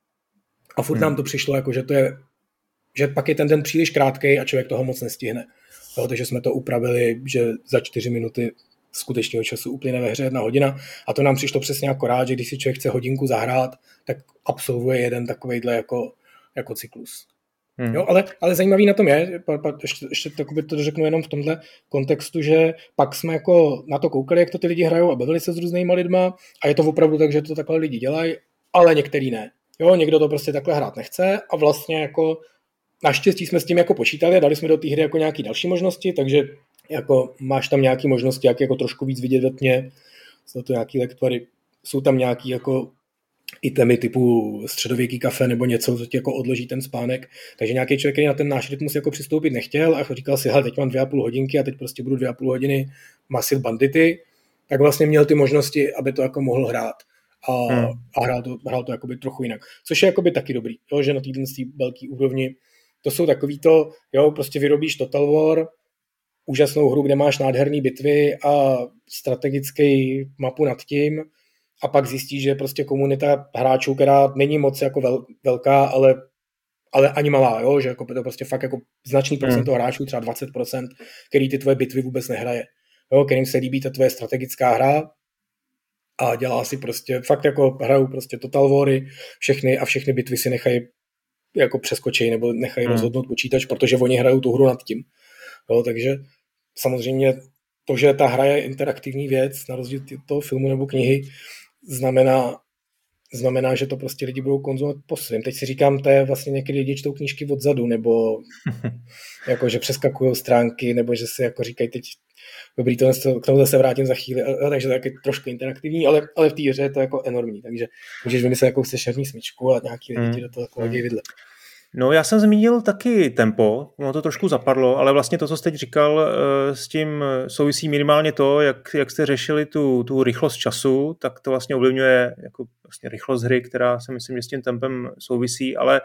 S2: a furt hmm. nám to přišlo, jako, že to je, že pak je ten den příliš krátkej a člověk toho moc nestihne. Jo, takže jsme to upravili, že za čtyři minuty skutečného času uplyne ve hře jedna hodina a to nám přišlo přesně akorát, že když si člověk chce hodinku zahrát, tak absolvuje jeden takovejhle jako, jako cyklus. Hmm. Jo, ale, ale zajímavý na tom je, pa, pa, ještě, ještě to řeknu jenom v tomhle kontextu, že pak jsme jako na to koukali, jak to ty lidi hrajou a bavili se s různýma lidma a je to opravdu tak, že to takhle lidi dělají, ale některý ne. Jo, někdo to prostě takhle hrát nechce a vlastně jako naštěstí jsme s tím jako počítali a dali jsme do té hry jako nějaký další možnosti, takže jako máš tam nějaké možnosti, jak jako trošku víc vidět ve tmě, jsou to nějaký lektory, jsou tam nějaký jako itemy typu středověký kafe nebo něco, co ti jako odloží ten spánek. Takže nějaký člověk, který na ten náš rytmus jako přistoupit nechtěl a říkal si, hele, teď mám dvě a půl hodinky a teď prostě budu dvě a půl hodiny masit bandity, tak vlastně měl ty možnosti, aby to jako mohl hrát. A, hmm. a hrál to, hrál to jakoby trochu jinak. Což je jakoby taky dobrý, jo, že na této velké úrovni to jsou takový to, jo, prostě vyrobíš Total War, úžasnou hru, kde máš nádherný bitvy a strategický mapu nad tím, a pak zjistíš, že prostě komunita hráčů, která není moc jako vel, velká, ale, ale ani malá, jo, že jako to prostě fakt jako značný procento hmm. hráčů, třeba dvacet procent, který ty tvoje bitvy vůbec nehraje, jo, kterým se líbí ta tvoje strategická hra a dělá si prostě, fakt jako hrajou prostě Total Wary, všechny a všechny bitvy si nechají jako přeskočí nebo nechají hmm. rozhodnout počítač, protože oni hrajou tu hru nad tím. Jo, takže samozřejmě to, že ta hra je interaktivní věc, na rozdíl od toho filmu nebo knihy, znamená, znamená, že to prostě lidi budou konzumovat po svým. Teď si říkám, to je vlastně někdy lidi čtou knížky odzadu, nebo jako, že přeskakují stránky, nebo že si jako říkají teď dobrý, to, k tomu se vrátím za chvíli, takže to je trošku interaktivní, ale, ale v té hře je to jako enormní, takže můžeš vymyslet jakou chceš herní smyčku a nějaký lidi ti do toho jako hodí vidle.
S1: No já jsem zmínil taky tempo, ono to trošku zapadlo, ale vlastně to, co jste teď říkal, s tím souvisí minimálně to, jak, jak jste řešili tu, tu rychlost času, tak to vlastně ovlivňuje jako vlastně rychlost hry, která si myslím, že s tím tempem souvisí, ale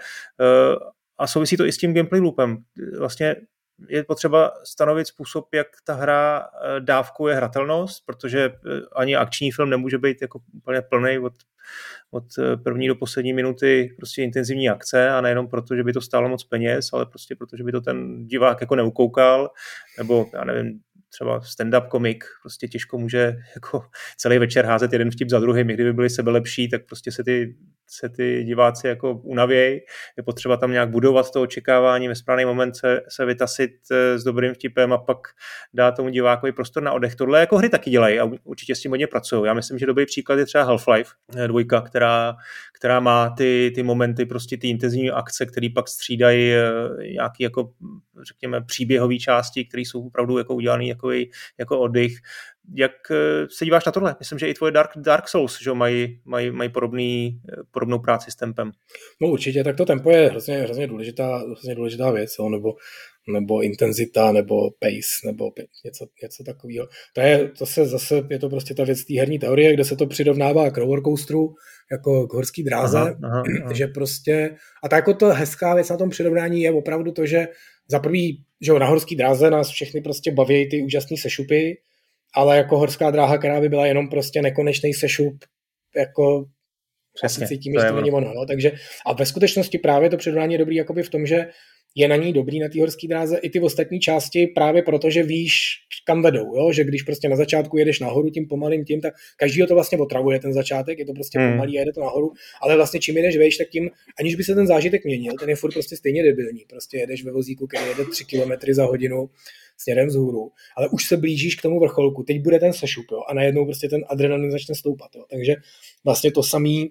S1: a souvisí to i s tím gameplay loopem. Vlastně je potřeba stanovit způsob, jak ta hra dávkuje hratelnost, protože ani akční film nemůže být jako úplně plný od, od první do poslední minuty prostě intenzivní akce a nejenom proto, že by to stálo moc peněz, ale prostě proto, že by to ten divák jako neukoukal, nebo já nevím, třeba stand-up komik prostě těžko může jako celý večer házet jeden vtip za druhým, i kdyby byli sebelepší, tak prostě se ty, se ty diváci jako unavějí. Je potřeba tam nějak budovat to očekávání, ve správný moment se, se vytasit s dobrým vtipem a pak dát tomu divákovi prostor na oddech. Tohle jako hry taky dělají a určitě s tím hodně pracují. Já myslím, že dobrý příklad je třeba Half-Life dvojka, která, která má ty, ty momenty, prostě ty intenzivní akce, které pak střídají nějaký jako řekněme příběhové části, které jsou opravdu jako udělané jako, jako oddych. Jak se díváš na tohle? Myslím, že i tvoje Dark, Dark Souls, že mají, mají, mají podobný, podobnou práci s tempem.
S2: No určitě, tak to tempo je hrozně, hrozně, důležitá, hrozně důležitá věc, jo? Nebo, nebo intenzita, nebo pace, nebo něco, něco takového. To, je, to se zase, je to prostě ta věc té herní teorie, kde se to přirovnává k rollercoasteru, jako k horský dráze, aha, aha, aha. že prostě, a tak jako to hezká věc na tom přirovnání je opravdu to, že za prvý, že na horský dráze nás všechny prostě baví ty úžasný sešupy, ale jako horská dráha, která by byla jenom prostě nekonečný sešup, jako
S1: přesně,
S2: asi cítím, že to není ono. No? Takže, a ve skutečnosti právě to přirovnání je dobrý jakoby v tom, že je na ní dobrý na té horské dráze i ty ostatní části právě proto, že víš, kam vedou. Jo? Že když prostě na začátku jedeš nahoru tím pomalým tím, tak každýho to vlastně otravuje ten začátek, je to prostě hmm. pomalý a jede to nahoru, ale vlastně čím jedeš vejš, tak tím, aniž by se ten zážitek měnil, ten je furt prostě stejně debilní. Prostě jedeš ve vozíku, který jede tři kilometry za hodinu směrem vzhůru, ale už se blížíš k tomu vrcholku, teď bude ten sešup, jo? A najednou prostě ten adrenalin začne stoupat. Jo? Takže vlastně to samý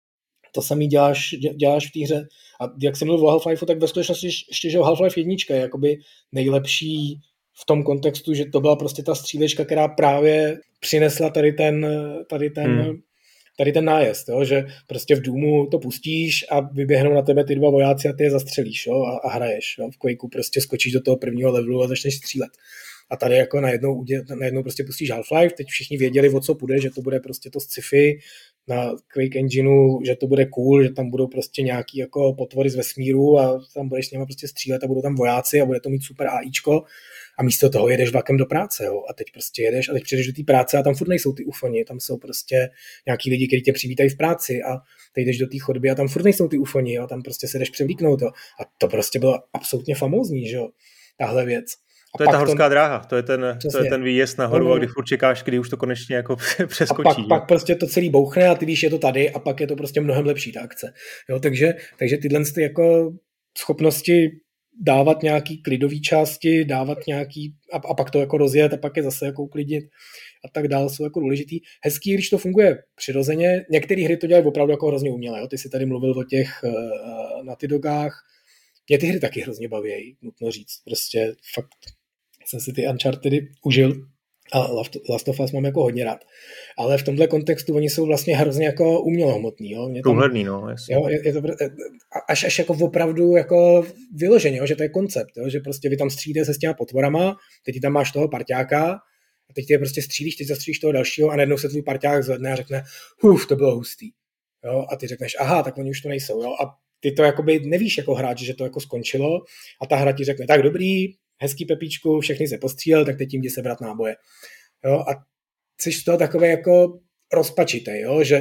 S2: to samý děláš, děláš v té hře. A jak jsem mluvil o Half-Lifeu, tak ve skutečnosti ještě, že Half-Life jednička je jakoby nejlepší v tom kontextu, že to byla prostě ta střílečka, která právě přinesla tady ten, tady ten, hmm. tady ten nájezd, jo? Že prostě v Doomu to pustíš a vyběhnou na tebe ty dva vojáci a ty je zastřelíš, jo? A, a hraješ. Jo? V Quakeu prostě skočíš do toho prvního levelu a začneš střílet. A tady jako najednou, najednou prostě pustíš Half-Life, teď všichni věděli, o co půjde, že to bude prostě to sci-fi na Quake Engineu, že to bude cool, že tam budou prostě nějaký jako potvory z vesmíru a tam budeš s nimi prostě střílet a budou tam vojáci a bude to mít super AIčko a místo toho jedeš vlakem do práce, jo, a teď prostě jedeš a teď přijdeš do té práce a tam furt nejsou ty ufoni, tam jsou prostě nějaký lidi, kteří tě přivítají v práci a teď jdeš do té chodby a tam furt nejsou ty ufoni, jo, tam prostě se jdeš převlíknout, jo, a to prostě bylo absolutně famózní, že jo, tahle věc.
S1: To je ta horská to... dráha, to je ten, to je ten výjezd nahoru, a kdy furt čekáš, kdy už to konečně jako přeskočí.
S2: A pak, pak prostě to celý bouchne a ty víš, je to tady a pak je to prostě mnohem lepší ta akce. Jo, takže, takže tyhle ty jako schopnosti dávat nějaký klidový části, dávat nějaký a, a pak to jako rozjet a pak je zase jako uklidnit a tak dál jsou jako důležitý. Hezký, když to funguje přirozeně. Některé hry to dělají opravdu jako hrozně uměle. Jo? Ty jsi tady mluvil o těch uh, na ty dogách. Mě ty hry taky hrozně baví, nutno říct. Prostě fakt jsem si ty Unchartedy užil a Last of Us mám jako hodně rád. Ale v tomhle kontextu oni jsou vlastně hrozně jako umělohmotný. Jo?
S1: Průhledný, no. Jasně.
S2: Jo, je, je to až, až jako opravdu jako vyloženě, jo? Že to je koncept, jo? Že prostě vy tam střílíte se s těma potvorama, teď tam máš toho parťáka a teď ty prostě střílíš, teď zastřílíš toho dalšího a najednou se tvůj parťák zvedne a řekne, uf, to bylo hustý. Jo? A ty řekneš, aha, tak oni už to nejsou. Jo? A ty to jakoby nevíš jako hráč, že to jako skončilo a ta hra ti řekne, tak dobrý, hezký Pepíčku, všechny se postřílel, tak teď tím jdi sebrat náboje. Jo, a jsi z toho takový jako rozpačitej, jo, že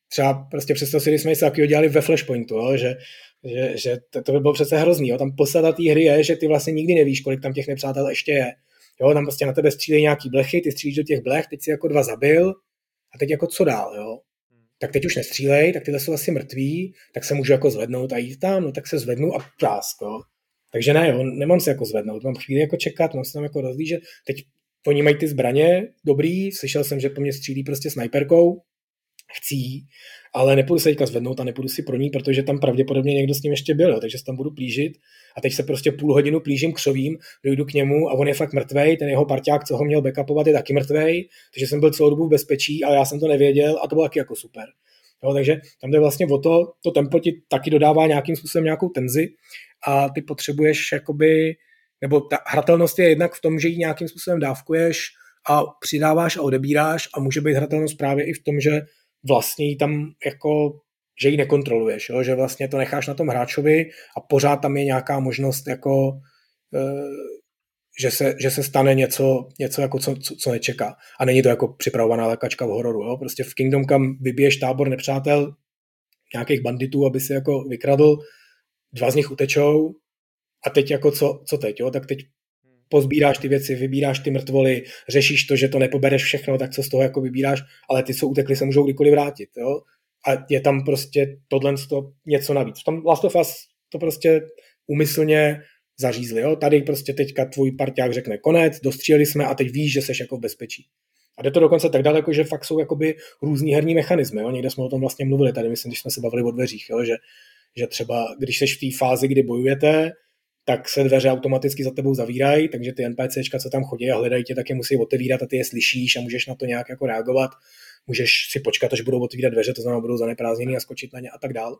S2: třeba prostě představ si, když jsme něco takového dělali ve Flashpointu, jo, že, že, že to, to by bylo přece hrozný. Jo. Tam podstata té hry je, že ty vlastně nikdy nevíš, kolik tam těch nepřátel ještě je. Jo, tam prostě na tebe střílejí nějaký blechy, ty střílíš do těch blech, teď si jako dva zabil a teď jako co dál, jo. Tak teď už nestřílej, tak tyhle jsou asi mrtví, tak se můžu jako zvednout a jít tam, no tak se zvednu a prásk, jo. Takže ne, jo, nemám se jako zvednout, mám chvíli jako čekat, mám se tam jako rozlížet. Teď oni mají ty zbraně, dobrý, slyšel jsem, že po mně střílí prostě snajperkou, chcí, ale nepůjdu se teďka zvednout a nepůjdu si pro ní, protože tam pravděpodobně někdo s ním ještě byl, jo, takže se tam budu plížit a teď se prostě půl hodinu plížím křovím, dojdu k němu a on je fakt mrtvej, ten jeho parťák, co ho měl backupovat, je taky mrtvej, takže jsem byl celou dobu v bezpečí, ale já jsem to nevěděl a to bylo taky jako super. Jo, takže tam jde vlastně o to, to tempo ti taky dodává nějakým způsobem nějakou tenzi a ty potřebuješ jakoby, nebo ta hratelnost je jednak v tom, že ji nějakým způsobem dávkuješ a přidáváš a odebíráš a může být hratelnost právě i v tom, že vlastně ji tam jako, že ji nekontroluješ, jo? Že vlastně to necháš na tom hráčovi a pořád tam je nějaká možnost jako, e, že, se, že se stane něco, něco jako co, co, co nečeká. A není to jako připravovaná lékačka v hororu, jo? Prostě v Kingdom Come vybiješ tábor nepřátel nějakých banditů, aby si jako vykradl, dva z nich utečou a teď jako co, co teď, jo? Tak teď pozbíráš ty věci, vybíráš ty mrtvoly, řešíš to, že to nepobereš všechno, tak co z toho jako vybíráš, ale ty, co utekli, se můžou kdykoliv vrátit, jo? A je tam prostě tohle něco navíc. V tom Last of Us to prostě úmyslně zařízli, jo? Tady prostě teďka tvůj parťák řekne konec, dostříleli jsme a teď víš, že seš jako v bezpečí. A jde to dokonce tak daleko, že fakt jsou jakoby různý herní mechanismy, jo? Někde jsme o tom vlastně mluvili, tady myslím, když jsme se bavili o dveřích, jo? Že, že třeba když seš v té fázi, kdy bojujete, tak se dveře automaticky za tebou zavírají, takže ty NPCčka, co tam chodí a hledají tě, tak je musí otevírat a ty je slyšíš a můžeš na to nějak jako reagovat. Můžeš si počkat, až budou otevírat dveře, to znamená, budou zaneprázdněný a skočit na ně a tak dál.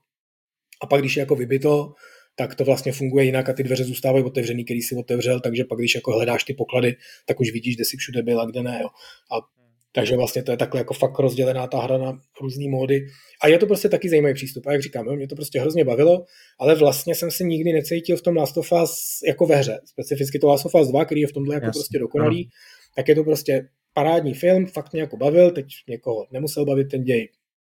S2: A pak, když je jako vybito, tak to vlastně funguje jinak a ty dveře zůstávají otevřený, který si otevřel, takže pak, když jako hledáš ty poklady, tak už vidíš, kde si všude byl a kde ne. Jo. A takže vlastně to je takhle jako fakt rozdělená ta hra na různý módy. A je to prostě taky zajímavý přístup. A jak říkám, jo, mě to prostě hrozně bavilo, ale vlastně jsem se nikdy necítil v tom Last of Us jako ve hře. Specificky to Last of Us dva, který je v tomhle jako prostě dokonalý, tak je to prostě parádní film, fakt mě jako bavil, teď někoho nemusel bavit ten děj,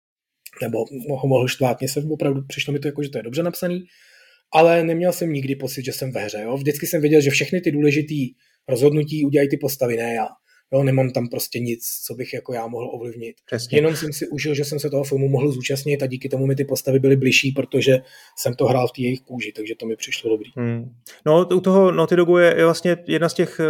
S2: nebo ho mohl štvát. Mně se opravdu přišlo mi to jako, že to je dobře napsaný, ale neměl jsem nikdy pocit, že jsem ve hře. Jo. Vždycky jsem věděl, že všechny ty důležitý rozhodnutí udělají ty postavy, ne já. Jo, nemám tam prostě nic, co bych jako já mohl ovlivnit. Přesně. Jenom jsem si užil, že jsem se toho filmu mohl zúčastnit a díky tomu mi ty postavy byly bližší, protože jsem to hrál v té jejich kůži, takže to mi přišlo dobrý. Hmm.
S1: No u toho Naughty Dogu je, je vlastně jedna z těch,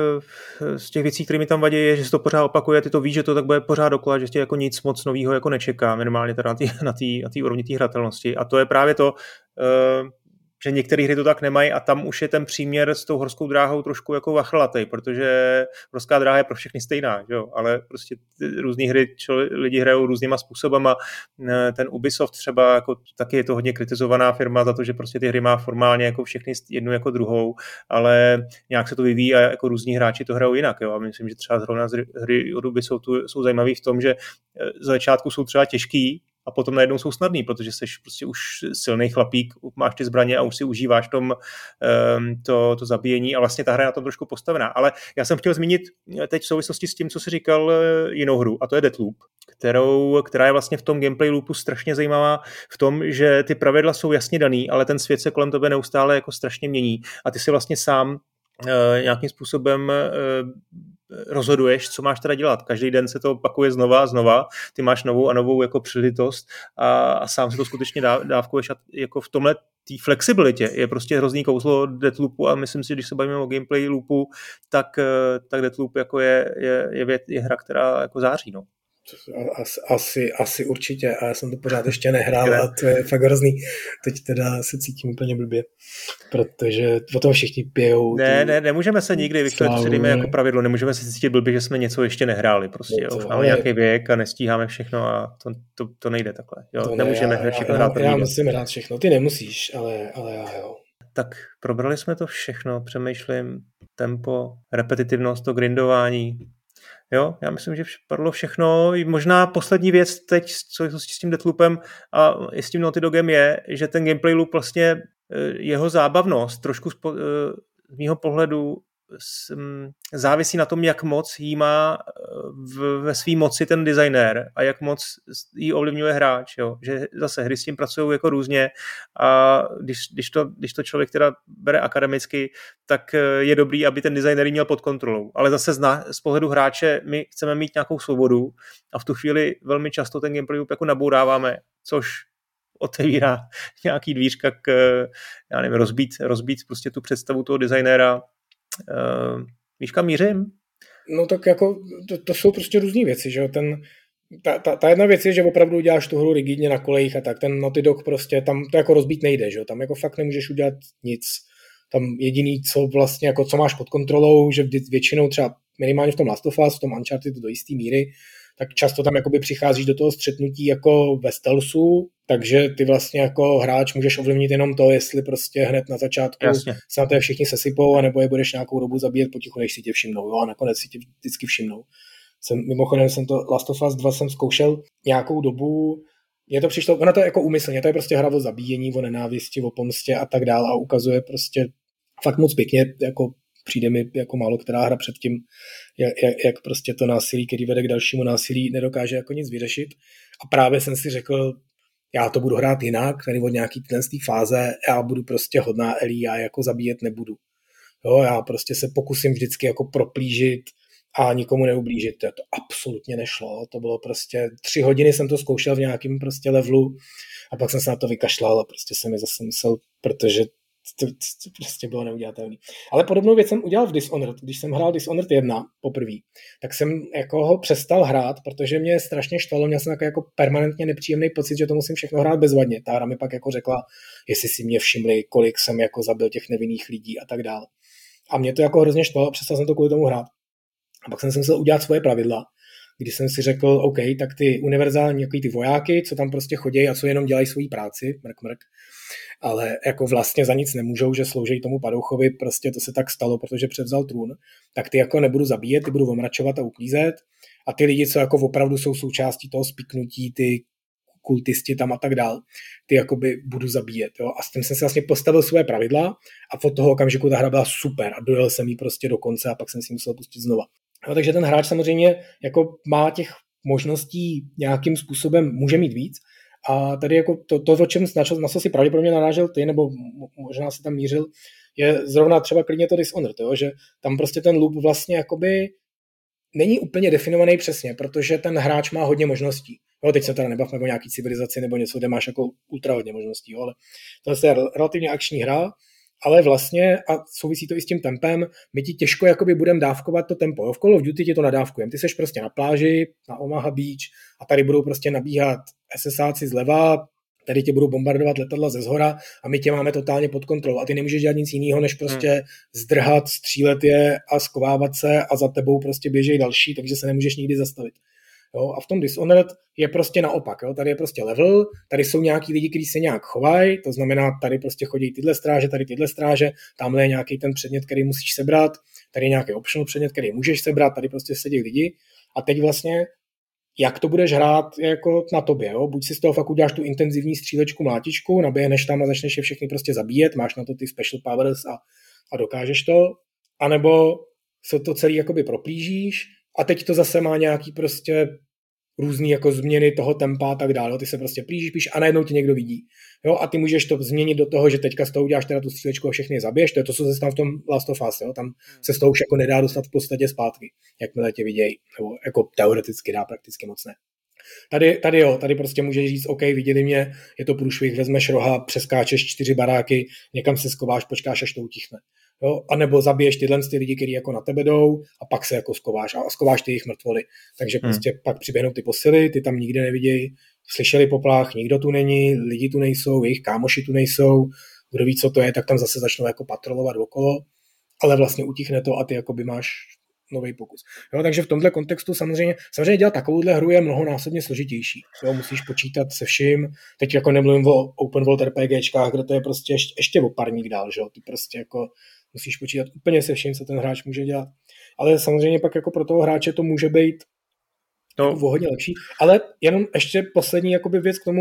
S1: z těch věcí, které mi tam vadí, je, že se to pořád opakuje, ty to víš, že to tak bude pořád dokola, že tě jako nic moc nového jako nečeká, minimálně teda na té na té úrovni té hratelnosti. A to je právě to, uh, že některé hry to tak nemají a tam už je ten příměr s tou horskou dráhou trošku jako vachlatej, protože horská dráha je pro všechny stejná, jo? Ale prostě různé hry člo, lidi hrajou různýma způsobama. Ten Ubisoft třeba jako, taky je to hodně kritizovaná firma za to, že prostě ty hry má formálně jako všechny jednu jako druhou, ale nějak se to vyvíjí a jako různí hráči to hrajou jinak. Jo? A myslím, že třeba zrovna hry od Ubisoftu jsou zajímavý v tom, že z začátku jsou třeba těžký, a potom najednou jsou snadný, protože jsi prostě už silný chlapík, máš ty zbraně a už si užíváš tom, to, to zabíjení a vlastně ta hra je na tom trošku postavená. Ale já jsem chtěl zmínit teď v souvislosti s tím, co jsi říkal, jinou hru, a to je Deathloop, kterou, která je vlastně v tom gameplay loopu strašně zajímavá v tom, že ty pravidla jsou jasně daný, ale ten svět se kolem tebe neustále jako strašně mění a ty si vlastně sám nějakým způsobem rozhoduješ, co máš teda dělat. Každý den se to opakuje znova a znova, ty máš novou a novou jako příležitost a, a sám se to skutečně dávkuješ a jako v tomhle té flexibilitě je prostě hrozný kouzlo Deathloopu a myslím si, že když se bavíme o gameplay loopu, tak, tak Deathloop jako je, je, je, je hra, která jako září. No.
S2: Asi, asi, asi určitě a já jsem to pořád ještě nehrál a to je fakt hrozný. Teď teda se cítím úplně blbě, protože o tom všichni pijou.
S1: Ne, ne, nemůžeme se nikdy, Viktor, to si dejme jako pravidlo, nemůžeme se cítit blbě, že jsme něco ještě nehráli prostě, jo. Už máme nějaký věk a nestíháme všechno a to, to, to nejde takhle, jo. To nemůžeme
S2: ne,
S1: všechno
S2: já,
S1: hrát.
S2: Já, já musím hrát všechno, ty nemusíš, ale, ale já jo.
S1: Tak probrali jsme to všechno, přemýšlím, tempo, repetitivnost, to grindování. Jo, já myslím, že padlo všechno. Možná poslední věc teď s tím Deathloopem a i s tím Naughty Dogem je, že ten gameplay loop vlastně jeho zábavnost trošku z, z mýho pohledu závisí na tom, jak moc jí má v, ve své moci ten designér a jak moc jí ovlivňuje hráč. Jo? Že zase hry s tím pracují jako různě a když, když, to, když to člověk teda bere akademicky, tak je dobrý, aby ten designér měl pod kontrolou. Ale zase z, na, z pohledu hráče my chceme mít nějakou svobodu a v tu chvíli velmi často ten gameplay loop jako nabouráváme, což otevírá nějaký dvířka k, já nevím, rozbít, rozbít prostě tu představu toho designéra. Uh, víš, kam mířím?
S2: No tak jako, to, to jsou prostě různý věci, že jo, ten, ta, ta, ta jedna věc je, že opravdu děláš tu hru rigidně na kolejích a tak, ten Naughty Dog prostě, tam to jako rozbít nejde, že jo, tam jako fakt nemůžeš udělat nic, tam jediný, co vlastně, jako co máš pod kontrolou, že většinou třeba minimálně v tom Last of Us, v tom Uncharted do jisté míry, tak často tam jakoby přicházíš do toho střetnutí jako ve stealthu, takže ty vlastně jako hráč můžeš ovlivnit jenom to, jestli prostě hned na začátku
S1: Jasně.
S2: se na to všichni sesypou, anebo je budeš nějakou dobu zabíjet potichu, než si tě všimnou, jo, a nakonec si tě vždycky všimnou. Jsem, mimochodem jsem to Last of Us dva jsem zkoušel nějakou dobu, mně to přišlo, ono to je jako úmyslně, to je prostě hra o zabíjení, o nenávisti, o pomstě a tak dál a ukazuje prostě fakt moc pěkně, jako přijde mi jako málo která hra předtím, jak, jak prostě to násilí, který vede k dalšímu násilí, nedokáže jako nic vyřešit. A právě jsem si řekl, já to budu hrát jinak, tady od nějaký té fáze, já budu prostě hodná Ellie, já jako zabíjet nebudu. Jo, já prostě se pokusím vždycky jako proplížit a nikomu neublížit. To absolutně nešlo. To bylo prostě tři hodiny jsem to zkoušel v nějakém prostě levelu a pak jsem se na to vykašlal a prostě jsem mi zase musel, protože To, to, to prostě bylo neudělatelné. Ale podobnou věc jsem udělal v Dishonored. Když jsem hrál Dishonored jedna poprvé, tak jsem jako ho přestal hrát, protože mě strašně štvalo, měl jsem takový jako permanentně nepříjemný pocit, že to musím všechno hrát bezvadně. Ta hra mi pak jako řekla, jestli si mě všimli, kolik jsem jako zabil těch nevinných lidí a tak dále. A mě to jako hrozně štvalo, přestal jsem to kvůli tomu hrát. A pak jsem si musel udělat svoje pravidla, když jsem si řekl, OK, tak ty univerzální jako ty vojáky, co tam prostě chodí a co jenom dělají svoji práci, mrk, mrk, ale jako vlastně za nic nemůžou, že slouží tomu padouchovi, prostě to se tak stalo, protože převzal trůn, tak ty jako nebudu zabíjet, ty budu omračovat a uklízet a ty lidi, co jako opravdu jsou součástí toho spiknutí, ty kultisti tam a tak dál, ty jakoby budu zabíjet. Jo? A s tím jsem si vlastně postavil své pravidla a od toho okamžiku ta hra byla super a dojel jsem ji prostě do konce a pak jsem si musel pustit znova. No, takže ten hráč samozřejmě jako má těch možností nějakým způsobem, může mít víc. A tady jako to, to o čem, na, čo, na co si pravděpodobně narážel ty, nebo možná si tam mířil, je zrovna třeba klidně to Dishonored, jo? Že tam prostě ten loop vlastně jakoby není úplně definovaný přesně, protože ten hráč má hodně možností. Jo, teď se teda nebavme o nějaký civilizaci nebo něco, kde máš jako ultra hodně možností, jo? Ale to je relativně akční hra, ale vlastně, a souvisí to i s tím tempem, my ti těžko jakoby budeme dávkovat to tempo. Jo? V Call of Duty ti to nadávkujeme. Ty seš prostě na pláži, na Omaha Beach a tady budou prostě nabíhat SSáci zleva, tady tě budou bombardovat letadla ze zhora a my tě máme totálně pod kontrolou. A ty nemůžeš dělat nic jiného, než prostě hmm. zdrhat, střílet je a skovávat se a za tebou prostě běžejí další, takže se nemůžeš nikdy zastavit. Jo, a v tom Dishonored je prostě naopak. Jo. Tady je prostě level, tady jsou nějaký lidi, kteří se nějak chovají, to znamená, tady prostě chodí tyhle stráže, tady tyhle stráže, tamhle je nějaký ten předmět, který musíš sebrat, tady je nějaký optional předmět, který můžeš sebrat, tady prostě sedí lidi. A teď vlastně, jak to budeš hrát jako na tobě. Jo. Buď si z toho fakt uděláš tu intenzivní střílečku, mlátičku, naběhneš tam a začneš je všechny prostě zabíjet, máš na to ty special powers a, a dokážeš to, anebo se to celý jakoby proplížíš. A teď to zase má nějaký prostě různý jako změny toho tempa a tak dále. Ty se prostě plížíš, píš a najednou tě někdo vidí. Jo? A ty můžeš to změnit do toho, že teďka z toho uděláš teda tu střílečku a všechny zabiješ. To je to, co se stalo v tom Last of Us. Jo? Tam se z toho už jako nedá dostat v podstatě zpátky, jakmile tě vidějí. Nebo jako teoreticky dá, prakticky moc ne. Tady, tady jo, tady prostě můžeš říct, OK, viděli mě, je to průšvih, vezmeš roha, přeskáčeš čtyři baráky, někam se skováš, počkáš, až to utichne. Jo? A nebo zabiješ tyhle ty lidi, kteří jako na tebe jdou a pak se jako skováš a skováš ty jejich mrtvoly. Takže hmm. prostě pak přiběhnou ty posily, ty tam nikde nevidějí, slyšeli poplach, nikdo tu není, lidi tu nejsou, jejich kámoši tu nejsou, kdo ví, co to je, tak tam zase začnou jako patrolovat okolo, ale vlastně utichne to a ty jakoby máš nový pokus. Jo, takže v tomhle kontextu samozřejmě, samozřejmě dělat takovouhle hru je mnohonásobně složitější. Jo, musíš počítat se vším. Teď jako nemluvím o open world RPGčkách, kde to je prostě ještě, ještě o parník dál, že jo. Ty prostě jako musíš počítat úplně se vším, co ten hráč může dělat. Ale samozřejmě pak jako pro toho hráče to může být no. jako o hodně lepší. Ale jenom ještě poslední jakoby věc k tomu,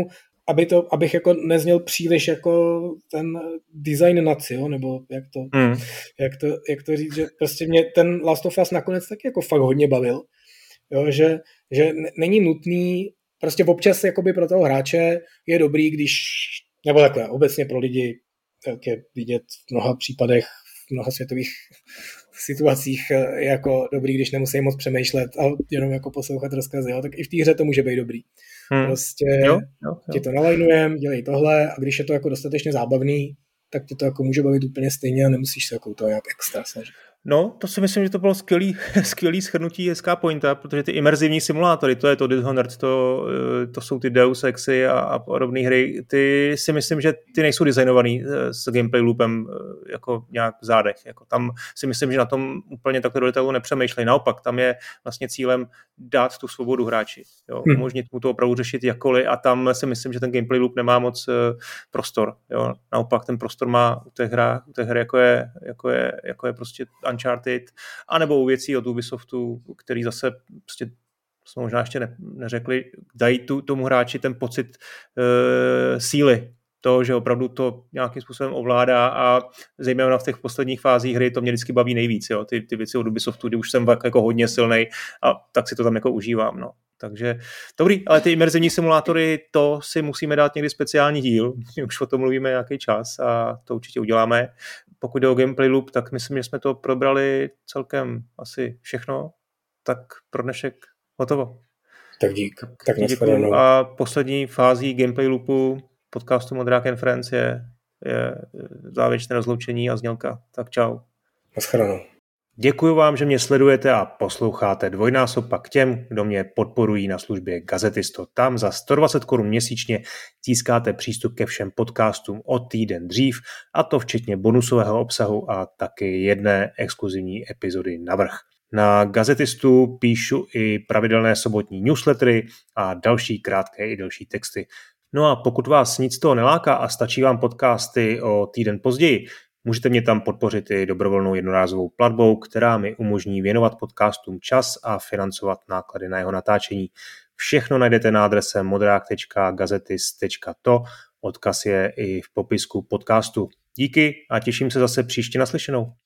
S2: aby to, abych jako nezněl příliš jako ten design naci, jo, nebo jak to, mm. jak to, jak to říct, že prostě mě ten Last of Us nakonec taky jako fakt hodně bavil, jo, že, že není nutný, prostě občas jakoby pro toho hráče je dobrý, když, nebo takhle, obecně pro lidi, tak je vidět v mnoha případech, v mnoha světových situacích jako dobrý, když nemusí moc přemýšlet a jenom jako poslouchat rozkazy, jo, tak i v té hře to může být dobrý. Hmm. Prostě jo, jo, jo. ti to nalajnujem, dělej tohle a když je to jako dostatečně zábavný, tak ti to jako může bavit úplně stejně a nemusíš se jako to nějak extra snažit.
S1: No, to si myslím, že to bylo skvělý, skvělý shrnutí hezká pointa, protože ty imerzivní simulátory, to je to Dishonored, to, to jsou ty Deus Exy a, a podobné hry, ty si myslím, že ty nejsou designovaný s gameplay loopem jako nějak v zádech. Jako tam si myslím, že na tom úplně takhle do detailu nepřemýšlej. Naopak, tam je vlastně cílem dát tu svobodu hráči. Jo? Hmm. Umožnit mu to opravdu řešit jakkoliv a tam si myslím, že ten gameplay loop nemá moc uh, prostor. Jo? Naopak ten prostor má u té hry, u té hry jako, je, jako, je, jako je prostě Uncharted, anebo u věcí od Ubisoftu, který zase prostě jsme možná ještě ne, neřekli, dají tu, tomu hráči ten pocit uh, síly, to, že opravdu to nějakým způsobem ovládá a zejména v těch posledních fázích hry to mě vždycky baví nejvíc, jo? Ty, ty věci od Ubisoftu, kdy už jsem jako hodně silnej a tak si to tam jako užívám, no. Takže dobrý, ale ty imerzivní simulátory, to si musíme dát někdy speciální díl, už o tom mluvíme nějaký čas a to určitě uděláme. Pokud jde o gameplay loop, tak myslím, že jsme to probrali celkem asi všechno, tak pro dnešek hotovo.
S2: Tak dík. Tak
S1: děkuju. A poslední fází gameplay loopu podcastu Modrák Friends je, je závěrečné rozloučení a znělka. Tak čau.
S2: Naschledanou.
S1: Děkuji vám, že mě sledujete a posloucháte dvojnásob k těm, kdo mě podporují na službě Gazetisto. Tam za sto dvacet korun měsíčně získáte přístup ke všem podcastům o týden dřív, a to včetně bonusového obsahu a taky jedné exkluzivní epizody navrch. Na Gazetistu píšu i pravidelné sobotní newslettery a další krátké i delší texty. No a pokud vás nic z toho neláká a stačí vám podcasty o týden později, můžete mě tam podpořit i dobrovolnou jednorázovou platbou, která mi umožní věnovat podcastům čas a financovat náklady na jeho natáčení. Všechno najdete na adrese modrák tečka gazetis tečka to, odkaz je i v popisku podcastu. Díky a těším se zase příště naslyšenou.